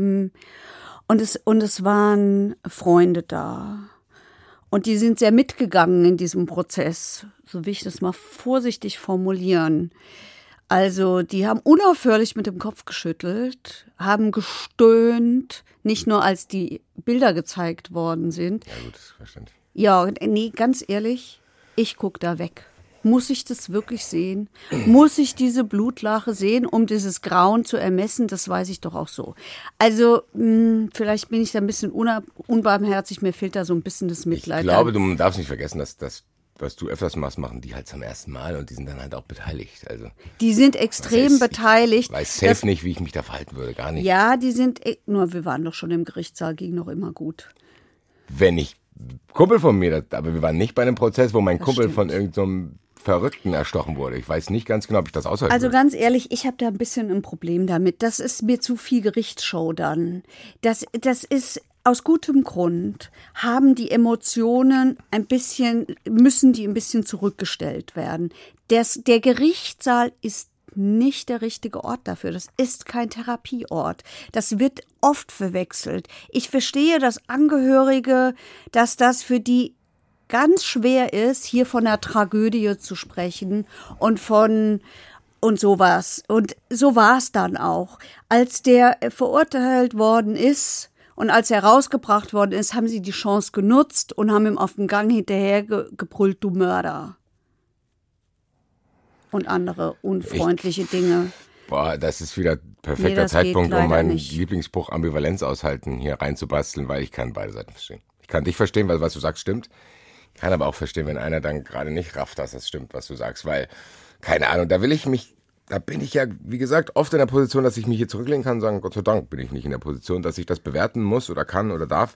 es waren Freunde da. Und die sind sehr mitgegangen in diesem Prozess. So will ich das mal vorsichtig formulieren. Also die haben unaufhörlich mit dem Kopf geschüttelt, haben gestöhnt, nicht nur als die Bilder gezeigt worden sind. Ja gut, verständlich. Ja, nee, ganz ehrlich, ich gucke da weg. Muss ich das wirklich sehen? Muss ich diese Blutlache sehen, um dieses Grauen zu ermessen? Das weiß ich doch auch so. Also vielleicht bin ich da ein bisschen unbarmherzig, mir fehlt da so ein bisschen das Mitleid. Ich glaube, du darfst nicht vergessen, dass das, was du öfters machst, machen die halt zum ersten Mal und die sind dann halt auch beteiligt. Also die sind extrem beteiligt. Ich weiß safe nicht, wie ich mich da verhalten würde, gar nicht. Ja, die sind, nur wir waren doch schon im Gerichtssaal, ging noch immer gut. Wenn ich Kumpel von mir, aber wir waren nicht bei einem Prozess, wo mein Kumpel stimmt. von irgendeinem Verrückten erstochen wurde. Ich weiß nicht ganz genau, ob ich das aushalten Also würde. ganz ehrlich, ich habe da ein bisschen ein Problem damit. Das ist mir zu viel Gerichtsshow dann. Das ist aus gutem Grund haben die Emotionen müssen die ein bisschen zurückgestellt werden. Der Gerichtssaal ist nicht der richtige Ort dafür. Das ist kein Therapieort. Das wird oft verwechselt. Ich verstehe, dass Angehörige, dass das für die ganz schwer ist, hier von einer Tragödie zu sprechen und sowas. Und so war es dann auch. Als der verurteilt worden ist und als er rausgebracht worden ist, haben sie die Chance genutzt und haben ihm auf dem Gang hinterher gebrüllt, du Mörder. Und andere unfreundliche Dinge. Boah, das ist wieder perfekter Zeitpunkt, um meinen Lieblingsspruch Ambivalenz aushalten hier reinzubasteln, weil ich kann beide Seiten verstehen. Ich kann dich verstehen, weil was du sagst stimmt. Ich kann aber auch verstehen, wenn einer dann gerade nicht rafft, dass das stimmt, was du sagst, weil, keine Ahnung, da bin ich ja, wie gesagt, oft in der Position, dass ich mich hier zurücklehnen kann und sagen, Gott sei Dank bin ich nicht in der Position, dass ich das bewerten muss oder kann oder darf.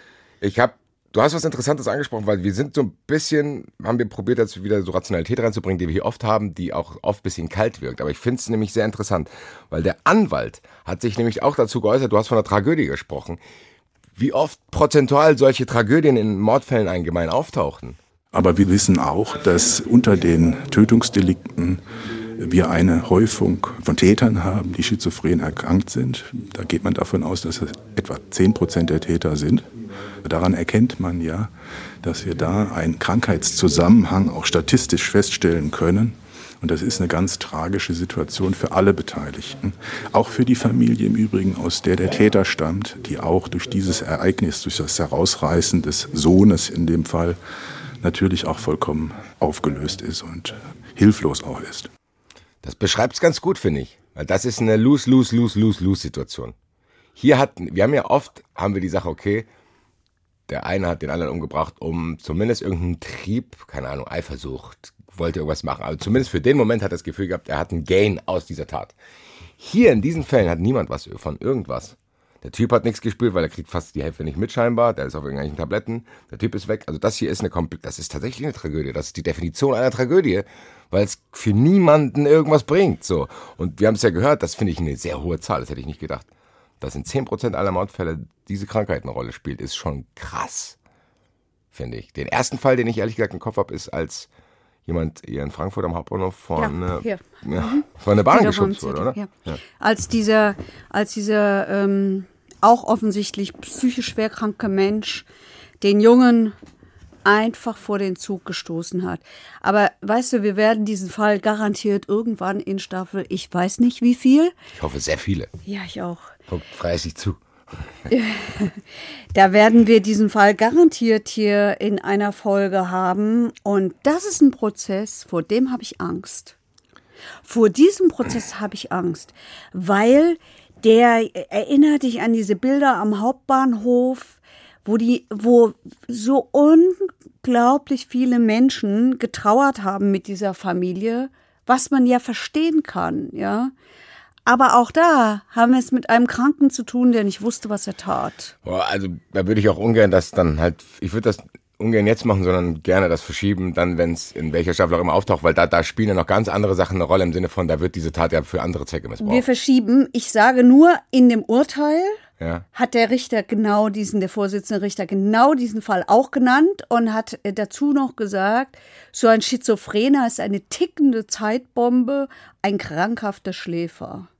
Du hast was Interessantes angesprochen, weil wir sind so ein bisschen, haben wir probiert, jetzt wieder so Rationalität reinzubringen, die wir hier oft haben, die auch oft ein bisschen kalt wirkt. Aber ich finde es nämlich sehr interessant, weil der Anwalt hat sich nämlich auch dazu geäußert, du hast von einer Tragödie gesprochen, wie oft prozentual solche Tragödien in Mordfällen allgemein auftauchen. Aber wir wissen auch, dass unter den Tötungsdelikten wir eine Häufung von Tätern haben, die schizophren erkrankt sind. Da geht man davon aus, dass es etwa 10% der Täter sind. Daran erkennt man ja, dass wir da einen Krankheitszusammenhang auch statistisch feststellen können. Und das ist eine ganz tragische Situation für alle Beteiligten. Auch für die Familie im Übrigen, aus der der Täter stammt, die auch durch dieses Ereignis, durch das Herausreißen des Sohnes in dem Fall, natürlich auch vollkommen aufgelöst ist und hilflos auch ist. Das beschreibt es ganz gut, finde ich. Weil das ist eine Lose-Situation. Wir haben wir die Sache, okay, der eine hat den anderen umgebracht, um zumindest irgendeinen Trieb, keine Ahnung, Eifersucht, wollte irgendwas machen. Aber zumindest für den Moment hat er das Gefühl gehabt, er hat einen Gain aus dieser Tat. Hier in diesen Fällen hat niemand was von irgendwas. Der Typ hat nichts gespürt, weil er kriegt fast die Hälfte nicht mit scheinbar. Der ist auf irgendwelchen Tabletten. Der Typ ist weg. Also das hier ist das ist tatsächlich eine Tragödie. Das ist die Definition einer Tragödie, weil es für niemanden irgendwas bringt. So. Und wir haben es ja gehört, das finde ich eine sehr hohe Zahl. Das hätte ich nicht gedacht. Dass in 10% aller Mordfälle diese Krankheit eine Rolle spielt, ist schon krass, finde ich. Den ersten Fall, den ich ehrlich gesagt im Kopf habe, ist, als jemand hier in Frankfurt am Hauptbahnhof von eine Bahn geschubst wurde, oder? Ja. Ja. Als dieser auch offensichtlich psychisch schwerkranke Mensch den Jungen einfach vor den Zug gestoßen hat. Aber weißt du, wir werden diesen Fall garantiert irgendwann in Staffel, ich weiß nicht wie viel. Ich hoffe sehr viele. Ja, ich auch. Guckt fleißig zu. Da werden wir diesen Fall garantiert hier in einer Folge haben. Und das ist ein Prozess, vor dem habe ich Angst. Vor diesem Prozess habe ich Angst, weil der erinnert dich an diese Bilder am Hauptbahnhof, wo so unglaublich viele Menschen getrauert haben mit dieser Familie, was man ja verstehen kann, ja. Aber auch da haben wir es mit einem Kranken zu tun, der nicht wusste, was er tat. Boah, also da würde ich auch ungern ich würde das ungern jetzt machen, sondern gerne das verschieben, dann, wenn es in welcher Staffel auch immer auftaucht, weil da spielen ja noch ganz andere Sachen eine Rolle im Sinne von, da wird diese Tat ja für andere Zwecke missbraucht. Wir verschieben, ich sage nur, in dem Urteil hat der Vorsitzende Richter genau diesen Fall auch genannt und hat dazu noch gesagt, so ein Schizophrener ist eine tickende Zeitbombe, ein krankhafter Schläfer.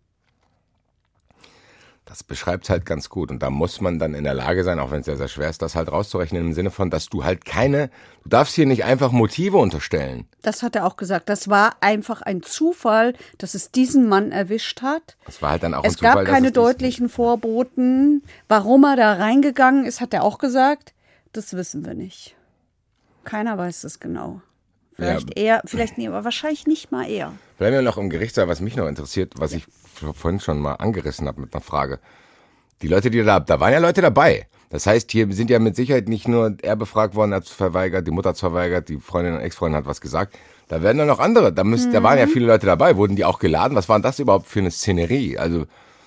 Das beschreibt es halt ganz gut. Und da muss man dann in der Lage sein, auch wenn es sehr, sehr schwer ist, das halt rauszurechnen, im Sinne von, dass du halt du darfst hier nicht einfach Motive unterstellen. Das hat er auch gesagt. Das war einfach ein Zufall, dass es diesen Mann erwischt hat. Das war halt dann auch ein Zufall. Es gab keine deutlichen Vorboten. Warum er da reingegangen ist, hat er auch gesagt. Das wissen wir nicht. Keiner weiß das genau. Vielleicht nie, aber wahrscheinlich nicht mal er. Bleiben wir noch im Gerichtssaal, was mich noch interessiert, was ich vorhin schon mal angerissen habe mit einer Frage. Die Leute, da waren ja Leute dabei. Das heißt, hier sind ja mit Sicherheit nicht nur er befragt worden, hat es verweigert, die Mutter hat es verweigert, die Freundin und Ex-Freundin hat was gesagt. Da werden dann noch andere. Da waren ja viele Leute dabei. Wurden die auch geladen? Was war denn das überhaupt für eine Szenerie? Also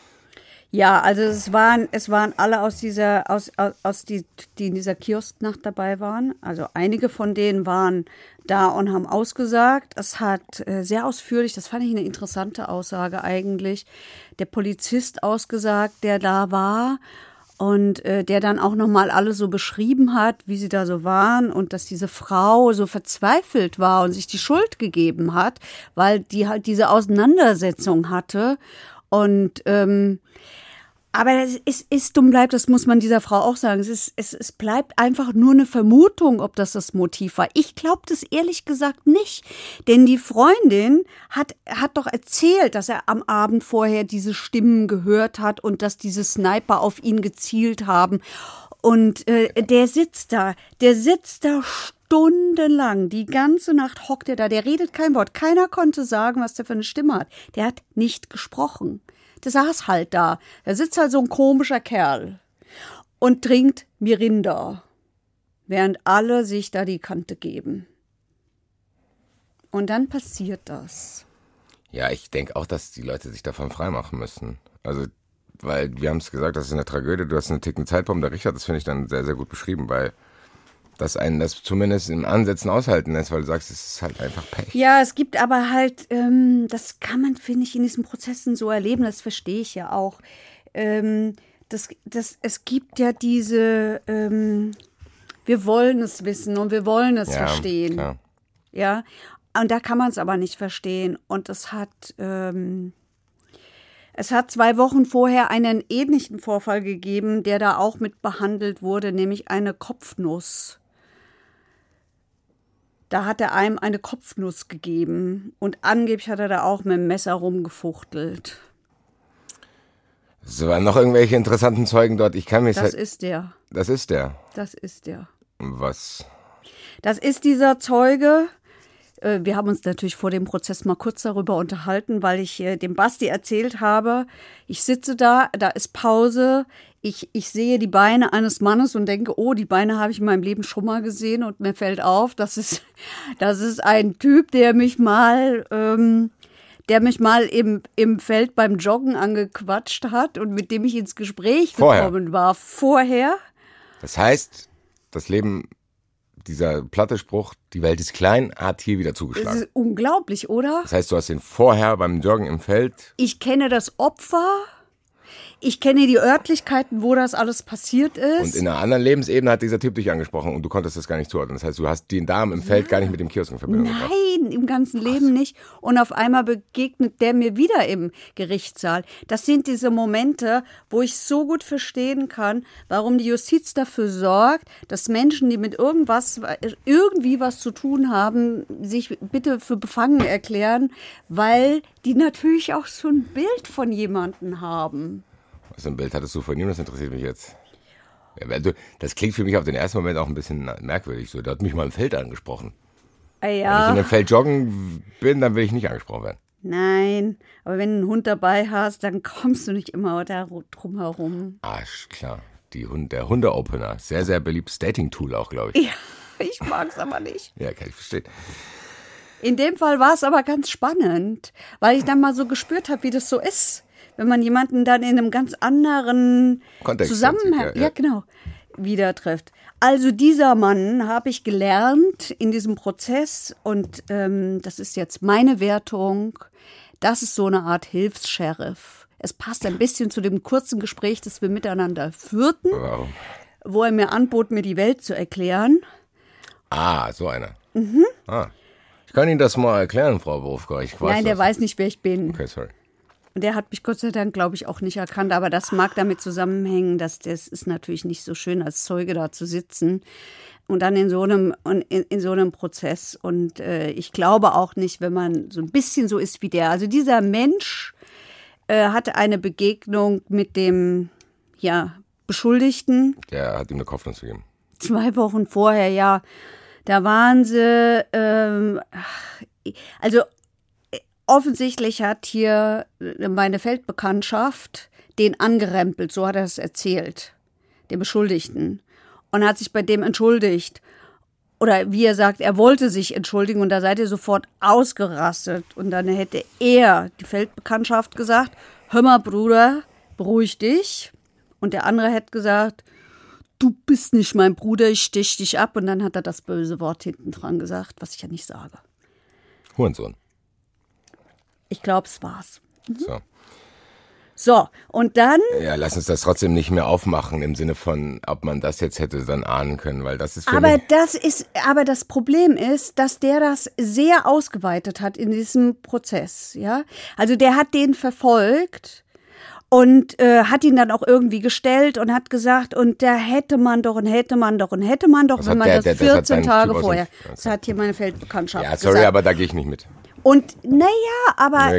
es waren alle die in dieser Kiosknacht dabei waren. Also einige von denen waren da und haben ausgesagt. Es hat sehr ausführlich, das fand ich eine interessante Aussage eigentlich, der Polizist ausgesagt, der da war. Und der dann auch nochmal alles so beschrieben hat, wie sie da so waren und dass diese Frau so verzweifelt war und sich die Schuld gegeben hat, weil die halt diese Auseinandersetzung hatte. Und aber es ist dumm bleibt, das muss man dieser Frau auch sagen. Es bleibt einfach nur eine Vermutung, ob das Motiv war. Ich glaube das ehrlich gesagt nicht. Denn die Freundin hat doch erzählt, dass er am Abend vorher diese Stimmen gehört hat und dass diese Sniper auf ihn gezielt haben. Und der sitzt da stundenlang, die ganze Nacht hockt er da, der redet kein Wort. Keiner konnte sagen, was der für eine Stimme hat. Der hat nicht gesprochen. Der saß halt da. Da sitzt halt so ein komischer Kerl und trinkt Mirinda, während alle sich da die Kante geben. Und dann passiert das. Ja, ich denke auch, dass die Leute sich davon freimachen müssen. Also, weil wir haben es gesagt, das ist eine Tragödie, du hast einen tickenden Zeitbomben. Der Richter hat das, finde ich, dann sehr, sehr gut beschrieben, weil dass einen das zumindest in Ansätzen aushalten lässt, weil du sagst, es ist halt einfach Pech. Ja, es gibt aber halt, das kann man, finde ich, in diesen Prozessen so erleben, das verstehe ich ja auch. Es gibt ja diese, wir wollen es wissen und wir wollen es verstehen. Klar. Ja, und da kann man es aber nicht verstehen. Und es hat 2 Wochen vorher einen ähnlichen Vorfall gegeben, der da auch mit behandelt wurde, nämlich eine Kopfnuss. Da hat er einem eine Kopfnuss gegeben und angeblich hat er da auch mit dem Messer rumgefuchtelt. Es waren noch irgendwelche interessanten Zeugen dort. Ich kann mich Das ist der. Das ist der. Das ist der. Was? Das ist dieser Zeuge. Wir haben uns natürlich vor dem Prozess mal kurz darüber unterhalten, weil ich dem Basti erzählt habe, ich sitze da ist Pause, ich sehe die Beine eines Mannes und denke, oh, die Beine habe ich in meinem Leben schon mal gesehen und mir fällt auf, das ist ein Typ, der mich mal im Feld beim Joggen angequatscht hat und mit dem ich ins Gespräch gekommen war. Vorher. Das heißt, das Leben... Dieser platte Spruch, die Welt ist klein, hat hier wieder zugeschlagen. Das ist unglaublich, oder? Das heißt, du hast den vorher beim Joggen im Feld. Ich kenne das Opfer. Ich kenne die Örtlichkeiten, wo das alles passiert ist. Und in einer anderen Lebensebene hat dieser Typ dich angesprochen und du konntest das gar nicht zuordnen. Das heißt, du hast den Damen im Feld gar nicht mit dem Kiosk in Verbindung gebracht. Nein, im ganzen Leben nicht. Und auf einmal begegnet der mir wieder im Gerichtssaal. Das sind diese Momente, wo ich so gut verstehen kann, warum die Justiz dafür sorgt, dass Menschen, die mit irgendwie was zu tun haben, sich bitte für befangen erklären, weil die natürlich auch so ein Bild von jemandem haben. Was für ein Bild hattest du von ihm? Das interessiert mich jetzt. Ja, also, das klingt für mich auf den ersten Moment auch ein bisschen merkwürdig. So, der hat mich mal im Feld angesprochen. Ja. Wenn ich in dem Feld joggen bin, dann will ich nicht angesprochen werden. Nein, aber wenn du einen Hund dabei hast, dann kommst du nicht immer da drum herum. Ah, klar. Der Hunde-Opener. Sehr, sehr beliebtes Dating-Tool auch, glaube ich. Ja, ich mag es aber nicht. Ja, kann ich verstehen. In dem Fall war es aber ganz spannend, weil ich dann mal so gespürt habe, wie das so ist. Wenn man jemanden dann in einem ganz anderen Kontext Zusammenhang wieder trifft. Also dieser Mann, habe ich gelernt in diesem Prozess und das ist jetzt meine Wertung, das ist so eine Art Hilfs-Sheriff. Es passt ein bisschen zu dem kurzen Gespräch, das wir miteinander führten, Warum? wo er mir anbot, mir die Welt zu erklären. Ah, so einer. Mhm. Ah. Ich kann Ihnen das mal erklären, Frau Berufka. Nein, der weiß nicht, wer ich bin. Okay, sorry. Und der hat mich Gott sei Dank, glaube ich, auch nicht erkannt. Aber das mag damit zusammenhängen, dass das ist natürlich nicht so schön, als Zeuge da zu sitzen. Und dann in so einem Prozess. Und ich glaube auch nicht, wenn man so ein bisschen so ist wie der. Also dieser Mensch hatte eine Begegnung mit dem Beschuldigten. Der hat ihm eine Kopfnuss gegeben. 2 Wochen vorher, ja. Da waren sie, offensichtlich hat hier meine Feldbekanntschaft den angerempelt, so hat er es erzählt, den Beschuldigten. Und hat sich bei dem entschuldigt. Oder wie er sagt, er wollte sich entschuldigen und da seid ihr sofort ausgerastet. Und dann hätte er, die Feldbekanntschaft, gesagt, hör mal Bruder, beruhig dich. Und der andere hätte gesagt, du bist nicht mein Bruder, ich stech dich ab. Und dann hat er das böse Wort hinten dran gesagt, was ich ja nicht sage. Hurensohn. Ich glaube, es war's. So. So, und dann... Ja, lass uns das trotzdem nicht mehr aufmachen im Sinne von, ob man das jetzt hätte dann ahnen können, weil das ist für mich... Aber das Problem ist, dass der das sehr ausgeweitet hat in diesem Prozess, ja. Also der hat den verfolgt und hat ihn dann auch irgendwie gestellt und hat gesagt, und da hätte man doch, wenn man das 14 Tage vorher... Das hat hier meine Feldbekanntschaft gesagt. Ja, sorry, aber da gehe ich nicht mit. Und naja, aber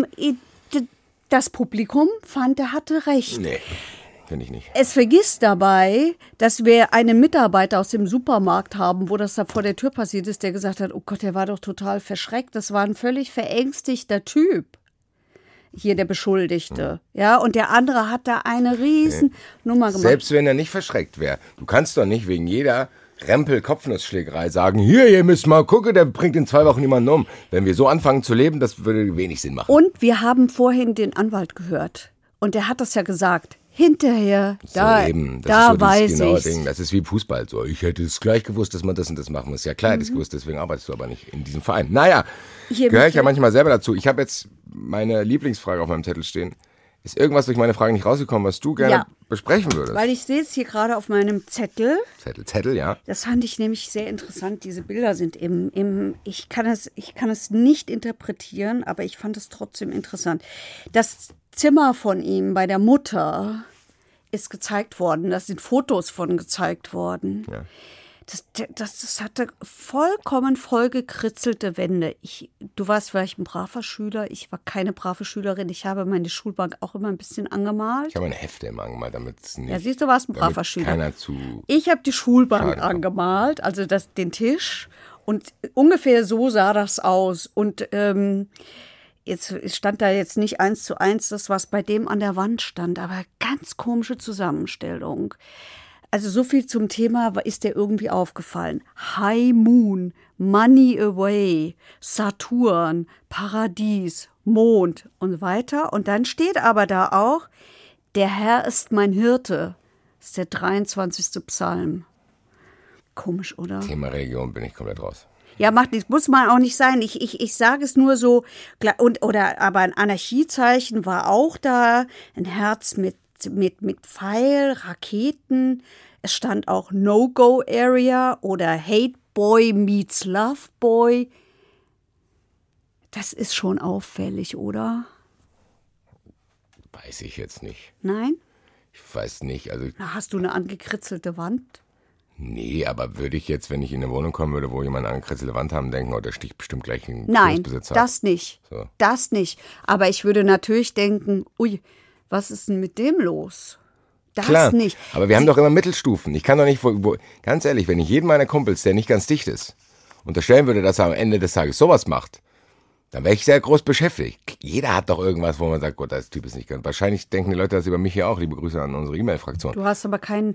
das Publikum fand, er hatte recht. Nee, finde ich nicht. Es vergisst dabei, dass wir einen Mitarbeiter aus dem Supermarkt haben, wo das da vor der Tür passiert ist, der gesagt hat, oh Gott, der war doch total verschreckt. Das war ein völlig verängstigter Typ. Hier der Beschuldigte. Ja, und der andere hat da eine riesen Nummer gemacht. Selbst wenn er nicht verschreckt wäre. Du kannst doch nicht wegen jeder Rempel-Kopfnussschlägerei sagen, hier, ihr müsst mal gucken, der bringt in 2 Wochen jemanden um. Wenn wir so anfangen zu leben, das würde wenig Sinn machen. Und wir haben vorhin den Anwalt gehört. Und der hat das ja gesagt. Hinterher, da weiß ich. Das ist wie Fußball. So, ich hätte es gleich gewusst, dass man das und das machen muss. Ja klar, hätte ich es gewusst, deswegen arbeitest du aber nicht in diesem Verein. Naja, gehöre ich ja manchmal selber dazu. Ich habe jetzt meine Lieblingsfrage auf meinem Zettel stehen. Ist irgendwas durch meine Frage nicht rausgekommen, was du gerne besprechen würdest? Weil ich sehe es hier gerade auf meinem Zettel. Zettel, ja. Das fand ich nämlich sehr interessant. Diese Bilder sind ich kann es nicht interpretieren, aber ich fand es trotzdem interessant. Das Zimmer von ihm bei der Mutter ist gezeigt worden. Da sind Fotos von gezeigt worden. Ja. Das hatte vollkommen vollgekritzelte Wände. Du warst vielleicht ein braver Schüler, ich war keine brave Schülerin. Ich habe meine Schulbank auch immer ein bisschen angemalt. Ich habe meine Hefte immer angemalt, damit es nicht... Ja, siehst du, warst ein braver Schüler. Ich habe die Schulbank angemalt, also den Tisch. Und ungefähr so sah das aus. Und jetzt stand da jetzt nicht 1:1 das, was bei dem an der Wand stand, aber ganz komische Zusammenstellung. Also so viel zum Thema, ist dir irgendwie aufgefallen. High Moon, Money Away, Saturn, Paradies, Mond und so weiter. Und dann steht aber da auch, der Herr ist mein Hirte. Das ist der 23. Psalm. Komisch, oder? Thema Religion bin ich komplett raus. Ja, muss man auch nicht sein. Ich sage es nur so. Aber ein Anarchiezeichen war auch da. Ein Herz mit Pfeil, Raketen. Es stand auch No-Go-Area oder Hate Boy meets Love Boy. Das ist schon auffällig, oder? Weiß ich jetzt nicht. Nein? Ich weiß nicht. Also hast du eine angekritzelte Wand? Nee, aber würde ich jetzt, wenn ich in eine Wohnung kommen würde, wo jemand eine angekritzelte Wand haben, denken, oh, da sticht bestimmt gleich ein Hausbesitzer. Nein, das nicht. So. Das nicht. Aber ich würde natürlich denken, ui, was ist denn mit dem los? Das Klar, nicht. Aber wir haben doch immer Mittelstufen. Ich kann doch nicht, ganz ehrlich, wenn ich jeden meiner Kumpels, der nicht ganz dicht ist, unterstellen würde, dass er am Ende des Tages sowas macht, dann wäre ich sehr groß beschäftigt. Jeder hat doch irgendwas, wo man sagt, Gott, das Typ ist nicht ganz. Wahrscheinlich denken die Leute das über mich hier auch. Liebe Grüße an unsere E-Mail-Fraktion. Du hast aber kein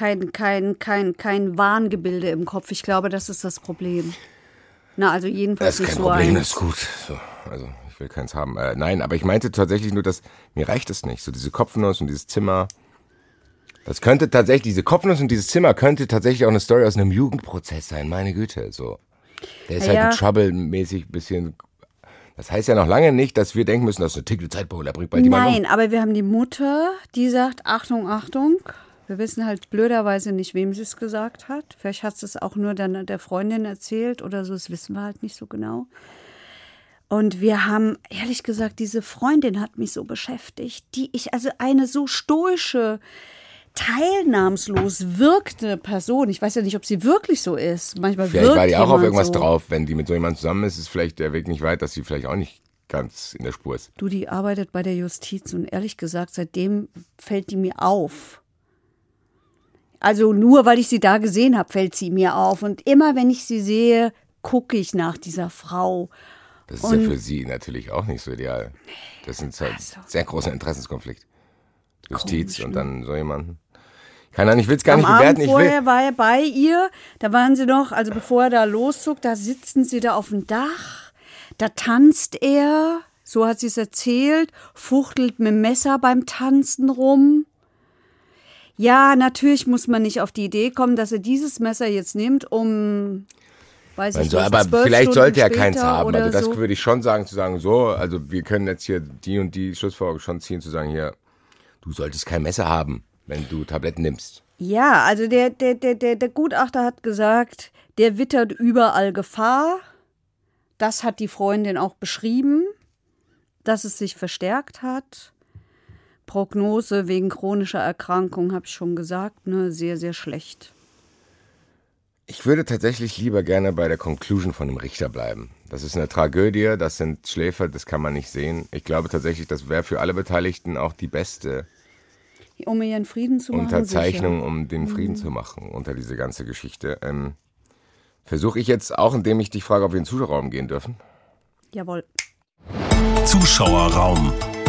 Wahngebilde im Kopf. Ich glaube, das ist das Problem. Na, also jedenfalls nicht so Problem, eins. Das ist gut. So, also ich will keins haben. Nein, aber ich meinte tatsächlich nur, dass mir reicht es nicht. So diese Kopfnuss und dieses Zimmer. Das könnte tatsächlich, diese Kopfnuss und dieses Zimmer könnte tatsächlich auch eine Story aus einem Jugendprozess sein. Meine Güte, so. Der ist halt ein Trouble-mäßig ein bisschen. Das heißt ja noch lange nicht, dass wir denken müssen, das ist eine tickende Zeitpole, da bringt bald jemand um. Nein, aber wir haben die Mutter, die sagt, Achtung, Achtung. Wir wissen halt blöderweise nicht, wem sie es gesagt hat. Vielleicht hat sie es auch nur der Freundin erzählt oder so, das wissen wir halt nicht so genau. Und wir haben, ehrlich gesagt, diese Freundin hat mich so beschäftigt, also eine so stoische, teilnahmslos wirkte Person. Ich weiß ja nicht, ob sie wirklich so ist. Manchmal vielleicht wirkt war die auch auf irgendwas so drauf. Wenn die mit so jemandem zusammen ist, ist vielleicht der Weg nicht weit, dass sie vielleicht auch nicht ganz in der Spur ist. Du, die arbeitet bei der Justiz und ehrlich gesagt, seitdem fällt die mir auf. Also nur, weil ich sie da gesehen habe, fällt sie mir auf. Und immer, wenn ich sie sehe, gucke ich nach dieser Frau. Das ist ja für sie natürlich auch nicht so ideal. Das ist halt sehr großer Interessenskonflikt. Justiz komisch, und dann so jemanden. Keine Ahnung, ich will es gar nicht bewerten. Vorher war er bei ihr, da waren sie noch, also bevor er da loszog, da sitzen sie da auf dem Dach, da tanzt er, so hat sie es erzählt, fuchtelt mit dem Messer beim Tanzen rum. Ja, natürlich muss man nicht auf die Idee kommen, dass er dieses Messer jetzt nimmt, um weiß ich so, nicht, aber 12 vielleicht Stunden sollte er später keins haben. oder Also das so. würde ich schon sagen, zu sagen, so, also wir können jetzt hier die und die Schlussfolgerung schon ziehen, zu sagen, hier, du solltest kein Messer haben, wenn du Tabletten nimmst. Ja, also der Gutachter hat gesagt, der wittert überall Gefahr. Das hat die Freundin auch beschrieben, dass es sich verstärkt hat. Prognose wegen chronischer Erkrankung, habe ich schon gesagt, ne, sehr, sehr schlecht. Ich würde tatsächlich lieber gerne bei der Conclusion von dem Richter bleiben. Das ist eine Tragödie, das sind Schläfer, das kann man nicht sehen. Ich glaube tatsächlich, das wäre für alle Beteiligten auch die beste Um ihren Frieden zu machen. Unterzeichnung, sicher. um den Frieden zu machen unter diese ganze Geschichte. Versuche ich jetzt auch, indem ich dich frage, ob wir in den Zuschauerraum gehen dürfen. Jawohl. Zuschauerraum.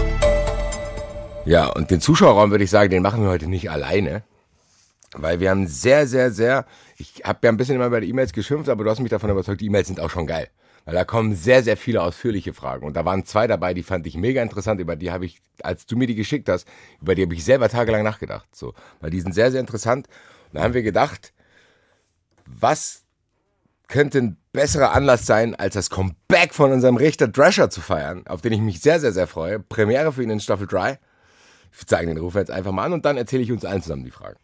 Ja, und den Zuschauerraum würde ich sagen, den machen wir heute nicht alleine. Weil wir haben sehr, sehr, sehr, ich habe ja ein bisschen immer bei den E-Mails geschimpft, aber du hast mich davon überzeugt, die E-Mails sind auch schon geil. Weil da kommen sehr, sehr viele ausführliche Fragen. Und da waren 2 dabei, die fand ich mega interessant. Über die habe ich, als du mir die geschickt hast, über die habe ich selber tagelang nachgedacht. So, weil die sind sehr, sehr interessant. Und da haben wir gedacht, was könnte ein besserer Anlass sein, als das Comeback von unserem Richter Drescher zu feiern, auf den ich mich sehr, sehr, sehr freue. Premiere für ihn in Staffel 3. Ich würde sagen, den rufen wir jetzt einfach mal an und dann erzähle ich uns allen zusammen die Fragen.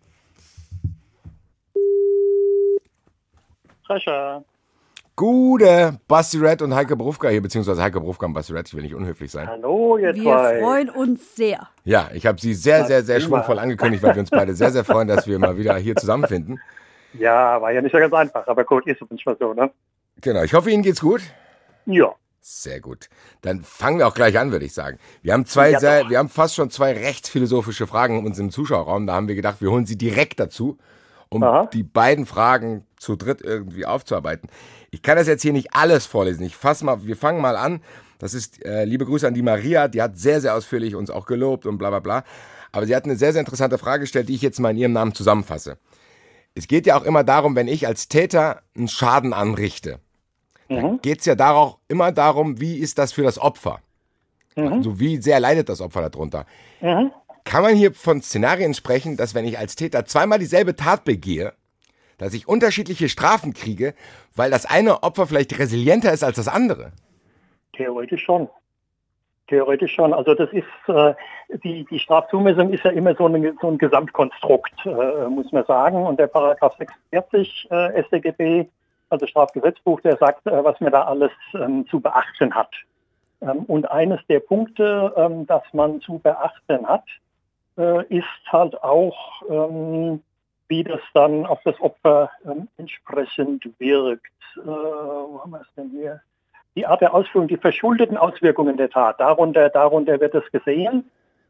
Drescher. Gute Basti Red und Heike Borufka hier, beziehungsweise Heike Borufka und Basti Red, ich will nicht unhöflich sein. Hallo, ihr Wir zwei. freuen uns sehr. Ja, ich habe sie sehr, sehr, sehr prima. schwungvoll angekündigt, weil wir uns beide sehr, sehr freuen, dass wir mal wieder hier zusammenfinden. Ja, war ja nicht so ganz einfach, aber gut, ist manchmal so, ne? Genau, ich hoffe, Ihnen geht's gut. Ja. Sehr gut. Dann fangen wir auch gleich an, würde ich sagen. Wir haben wir haben fast schon 2 rechtsphilosophische Fragen in unserem Zuschauerraum. Da haben wir gedacht, wir holen sie direkt dazu, um die beiden Fragen zu dritt irgendwie aufzuarbeiten. Ich kann das jetzt hier nicht alles vorlesen. Wir fangen mal an. Das ist, liebe Grüße an die Maria, die hat sehr, sehr ausführlich uns auch gelobt und bla bla bla. Aber sie hat eine sehr, sehr interessante Frage gestellt, die ich jetzt mal in ihrem Namen zusammenfasse. Es geht ja auch immer darum, wenn ich als Täter einen Schaden anrichte, dann geht es ja immer darum, wie ist das für das Opfer? Also wie sehr leidet das Opfer darunter? Kann man hier von Szenarien sprechen, dass wenn ich als Täter zweimal dieselbe Tat begehe, dass ich unterschiedliche Strafen kriege, weil das eine Opfer vielleicht resilienter ist als das andere? Theoretisch schon. Also das ist, die Strafzumessung ist ja immer so ein Gesamtkonstrukt, muss man sagen. Und der Paragraph 46 StGB, also Strafgesetzbuch, der sagt, was man da alles zu beachten hat. Und eines der Punkte, das man zu beachten hat, ist halt auch, wie das dann auf das Opfer entsprechend wirkt. Wo haben wir es denn hier? Die Art der Ausführung, die verschuldeten Auswirkungen der Tat, darunter wird es gesehen.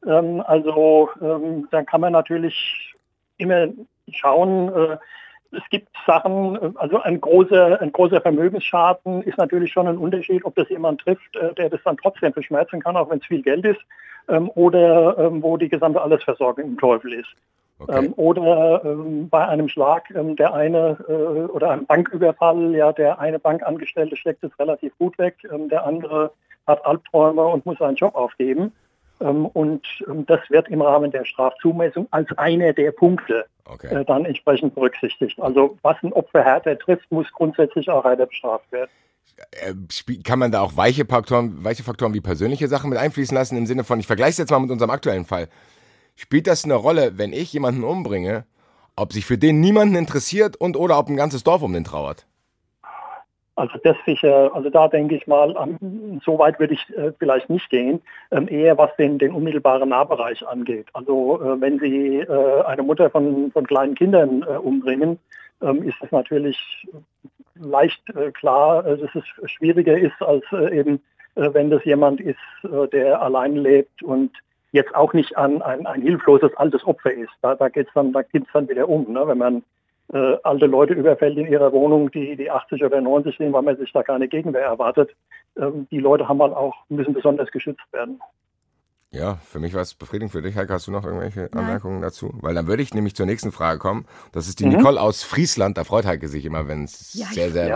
Dann kann man natürlich immer schauen, es gibt Sachen, also ein großer Vermögensschaden ist natürlich schon ein Unterschied, ob das jemand trifft, der das dann trotzdem verschmerzen kann, auch wenn es viel Geld ist, oder wo die gesamte Allesversorgung im Teufel ist. Okay. Oder bei einem Schlag, der eine oder einem Banküberfall, ja, der eine Bankangestellte steckt es relativ gut weg, der andere hat Albträume und muss seinen Job aufgeben. Und das wird im Rahmen der Strafzumessung als einer der Punkte dann entsprechend berücksichtigt. Also was ein Opfer härter trifft, muss grundsätzlich auch härter bestraft werden. Kann man da auch weiche Faktoren wie persönliche Sachen mit einfließen lassen, im Sinne von, ich vergleiche es jetzt mal mit unserem aktuellen Fall. Spielt das eine Rolle, wenn ich jemanden umbringe, ob sich für den niemanden interessiert und oder ob ein ganzes Dorf um den trauert? Also das sicher, also da denke ich mal, so weit würde ich vielleicht nicht gehen, eher was den unmittelbaren Nahbereich angeht. Also wenn Sie eine Mutter von kleinen Kindern umbringen, ist es natürlich leicht klar, dass es schwieriger ist, als eben wenn das jemand ist, der allein lebt und jetzt auch nicht ein hilfloses altes Opfer ist. Da geht's dann wieder um, ne? Wenn man alte Leute überfällt in ihrer Wohnung, die 80 oder 90 sind, weil man sich da keine Gegenwehr erwartet. Die Leute müssen besonders geschützt werden. Ja, für mich war es befriedigend. Für dich, Heike, hast du noch irgendwelche Anmerkungen dazu? Weil dann würde ich nämlich zur nächsten Frage kommen. Das ist die Nicole aus Friesland. Da freut Heike sich immer, wenn es sehr, sehr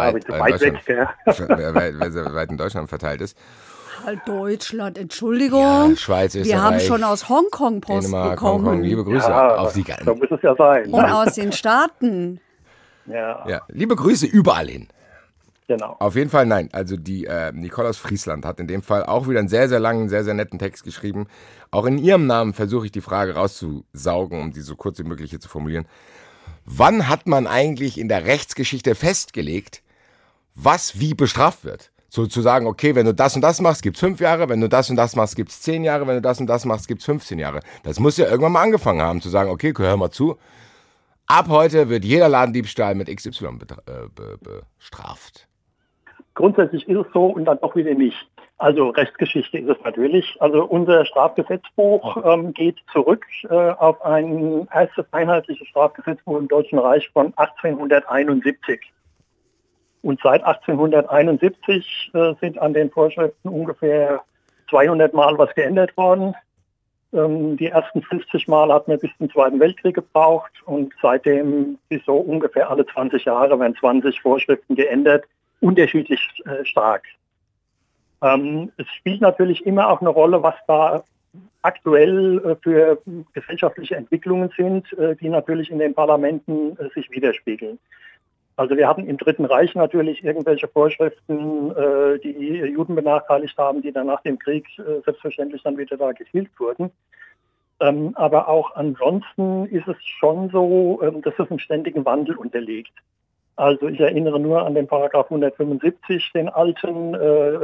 weit in Deutschland verteilt ist. Deutschland, Entschuldigung. Ja, Schweiz, Österreich. Wir haben schon aus Hongkong Post bekommen. Hongkong, liebe Grüße auf die ganzen. So muss es ja sein. Und aus den Staaten. Ja. Ja, liebe Grüße überall hin. Genau. Auf jeden Fall nein. Also die Nicole aus Friesland hat in dem Fall auch wieder einen sehr, sehr langen, sehr, sehr netten Text geschrieben. Auch in ihrem Namen versuche ich die Frage rauszusaugen, um die so kurz wie möglich hier zu formulieren. Wann hat man eigentlich in der Rechtsgeschichte festgelegt, was wie bestraft wird? So zu sagen, okay, wenn du das und das machst, gibt's 5 Jahre, wenn du das und das machst, gibt's 10 Jahre, wenn du das und das machst, gibt's 15 Jahre. Das muss ja irgendwann mal angefangen haben, zu sagen, okay, hör mal zu, ab heute wird jeder Ladendiebstahl mit XY bestraft. Grundsätzlich ist es so und dann auch wieder nicht. Also Rechtsgeschichte ist es natürlich. Also unser Strafgesetzbuch geht zurück auf ein erstes einheitliches Strafgesetzbuch im Deutschen Reich von 1871. Und seit 1871 sind an den Vorschriften ungefähr 200 Mal was geändert worden. Die ersten 50 Mal hat man bis zum Zweiten Weltkrieg gebraucht und seitdem ist so ungefähr alle 20 Jahre werden 20 Vorschriften geändert, unterschiedlich stark. Es spielt natürlich immer auch eine Rolle, was da aktuell für gesellschaftliche Entwicklungen sind, die natürlich in den Parlamenten sich widerspiegeln. Also wir hatten im Dritten Reich natürlich irgendwelche Vorschriften, die Juden benachteiligt haben, die dann nach dem Krieg selbstverständlich dann wieder da gekillt wurden. Aber auch ansonsten ist es schon so, dass es einem ständigen Wandel unterliegt. Also ich erinnere nur an den Paragraph 175, den alten,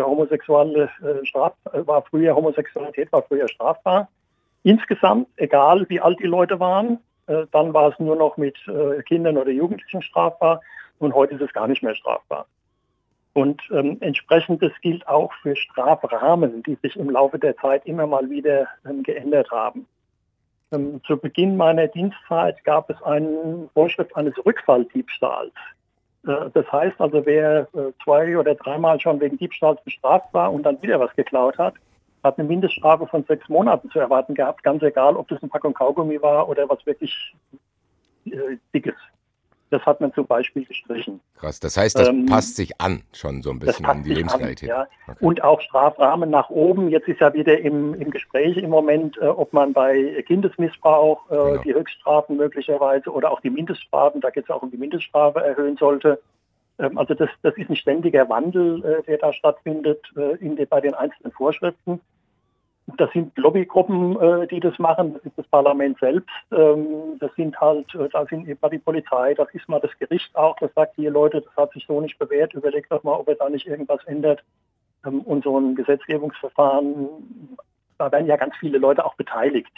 Homosexualität war früher strafbar. Insgesamt, egal wie alt die Leute waren, dann war es nur noch mit Kindern oder Jugendlichen strafbar und heute ist es gar nicht mehr strafbar. Und entsprechend, das gilt auch für Strafrahmen, die sich im Laufe der Zeit immer mal wieder geändert haben. Zu Beginn meiner Dienstzeit gab es eine Vorschrift eines Rückfalldiebstahls. Das heißt also, wer 2 oder 3 Mal schon wegen Diebstahls bestraft war und dann wieder was geklaut hat, hat eine Mindeststrafe von 6 Monaten zu erwarten gehabt, ganz egal, ob das eine Packung Kaugummi war oder was wirklich Dickes. Das hat man zum Beispiel gestrichen. Krass, das heißt, das passt sich an schon so ein bisschen an die Lebensrealität. Ja. Okay. Und auch Strafrahmen nach oben. Jetzt ist ja wieder im Gespräch im Moment, ob man bei Kindesmissbrauch die Höchststrafen möglicherweise oder auch die Mindeststrafen, da geht es auch um die Mindeststrafe, erhöhen sollte. Also das ist ein ständiger Wandel, der da stattfindet bei den einzelnen Vorschriften. Das sind Lobbygruppen, die das machen, das ist das Parlament selbst, das sind halt, da sind eben die Polizei, das ist mal das Gericht auch, das sagt, hier Leute, das hat sich so nicht bewährt, überlegt doch mal, ob er da nicht irgendwas ändert. Und so ein Gesetzgebungsverfahren, da werden ja ganz viele Leute auch beteiligt.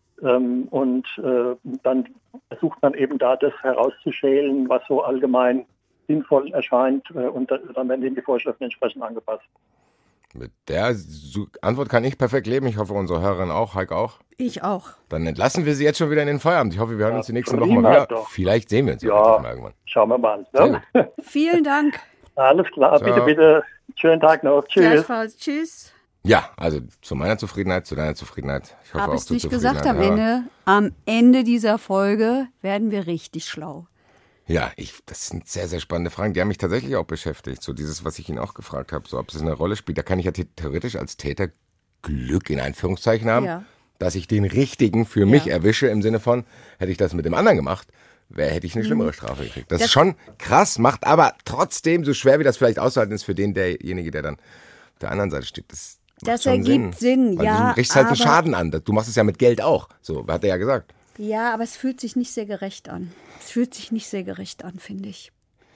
Und dann versucht man eben da das herauszuschälen, was so allgemein sinnvoll erscheint und dann werden eben die Vorschriften entsprechend angepasst. Mit der Antwort kann ich perfekt leben. Ich hoffe, unsere Hörerin auch. Heike auch? Ich auch. Dann entlassen wir sie jetzt schon wieder in den Feierabend. Ich hoffe, wir hören uns die nächsten Wochen mal wieder. Doch. Vielleicht sehen wir uns ja mal irgendwann. Schauen wir mal. Ne? Vielen Dank. Alles klar. Ciao. Bitte. Schönen Tag noch. Tschüss. Gleichfalls. Tschüss. Ja, also zu meiner Zufriedenheit, zu deiner Zufriedenheit. Ich hoffe Habe auch ich zur nicht Zufriedenheit. gesagt am Ende dieser Folge werden wir richtig schlau. Ja, das sind sehr, sehr spannende Fragen. Die haben mich tatsächlich auch beschäftigt. So dieses, was ich ihn auch gefragt habe, so ob es eine Rolle spielt. Da kann ich ja theoretisch als Täter Glück in Anführungszeichen haben, dass ich den Richtigen für mich erwische, im Sinne von, hätte ich das mit dem anderen gemacht, hätte ich eine schlimmere Strafe gekriegt. Das ist schon krass, macht aber trotzdem, so schwer wie das vielleicht auszuhalten ist für derjenige, der dann auf der anderen Seite steht. Das ergibt Sinn, weil ja. Du richtest halt einen Schaden an. Du machst es ja mit Geld auch. So, hat er ja gesagt. Ja, aber es fühlt sich nicht sehr gerecht an. Es fühlt sich nicht sehr gerecht an, finde ich.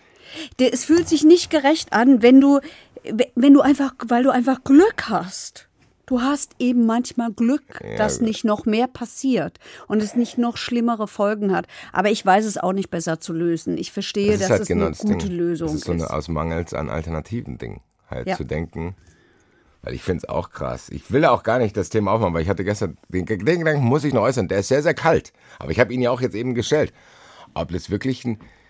Es fühlt sich nicht gerecht an, wenn du einfach, weil du einfach Glück hast. Du hast eben manchmal Glück, dass nicht noch mehr passiert und es nicht noch schlimmere Folgen hat. Aber ich weiß es auch nicht besser zu lösen. Ich verstehe, dass es eine gute Lösung ist. Das ist so eine aus Mangels an alternativen Dingen halt zu denken. Weil ich finde es auch krass. Ich will auch gar nicht das Thema aufmachen, weil ich hatte gestern, den Gedanken muss ich noch äußern, der ist sehr, sehr kalt. Aber ich habe ihn ja auch jetzt eben gestellt. Ob das wirklich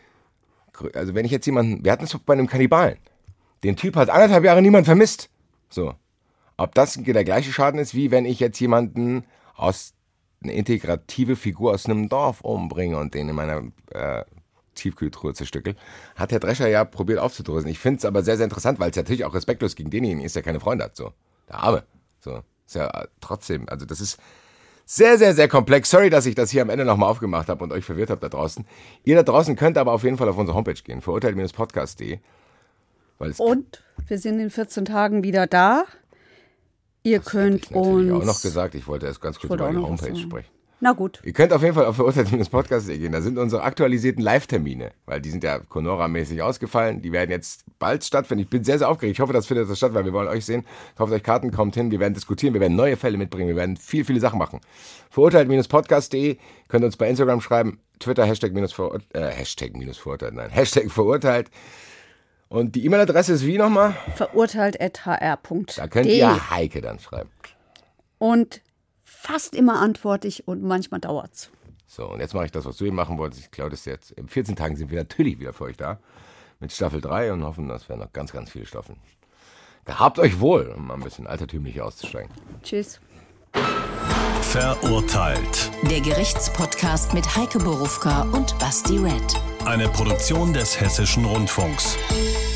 also wenn ich jetzt jemanden, wir hatten es bei einem Kannibalen. Den Typ hat 1,5 Jahre niemand vermisst. So. Ob das der gleiche Schaden ist, wie wenn ich jetzt jemanden eine integrative Figur aus einem Dorf umbringe und den in meiner Tiefkühltruhe zerstückel, hat Herr Drescher ja probiert aufzudröseln. Ich finde es aber sehr, sehr interessant, weil es natürlich auch respektlos gegen denjenigen ist, der keine Freunde hat. So. Der Arme. So. Ist ja trotzdem, also das ist sehr, sehr, sehr komplex. Sorry, dass ich das hier am Ende nochmal aufgemacht habe und euch verwirrt habe da draußen. Ihr da draußen könnt aber auf jeden Fall auf unsere Homepage gehen, verurteilt-podcast.de. Und wir sind in 14 Tagen wieder da. Ihr könnt uns... Ich habe auch noch gesagt, ich wollte erst ganz kurz über die Homepage sprechen. Na gut. Ihr könnt auf jeden Fall auf verurteilt-podcast.de gehen. Da sind unsere aktualisierten Live-Termine, weil die sind ja Conora-mäßig ausgefallen. Die werden jetzt bald stattfinden. Ich bin sehr, sehr aufgeregt. Ich hoffe, das findet statt, weil wir wollen euch sehen. Kauft euch Karten, kommt hin. Wir werden diskutieren. Wir werden neue Fälle mitbringen. Wir werden viele Sachen machen. Verurteilt-podcast.de. Könnt uns bei Instagram schreiben. Twitter, Hashtag verurteilt. Und die E-Mail-Adresse ist wie nochmal? verurteilt@hr.de. Da könnt ihr Heike dann schreiben. Und fast immer antworte ich und manchmal dauert's. So, und jetzt mache ich das, was du eben machen wolltest. Ich glaube, das jetzt. In 14 Tagen sind wir natürlich wieder für euch da. Mit Staffel 3 und hoffen, dass wir noch ganz, ganz viele Staffeln. Gehabt euch wohl, um mal ein bisschen altertümlich auszusteigen. Tschüss. Verurteilt. Der Gerichtspodcast mit Heike Borufka und Basti Red. Eine Produktion des Hessischen Rundfunks.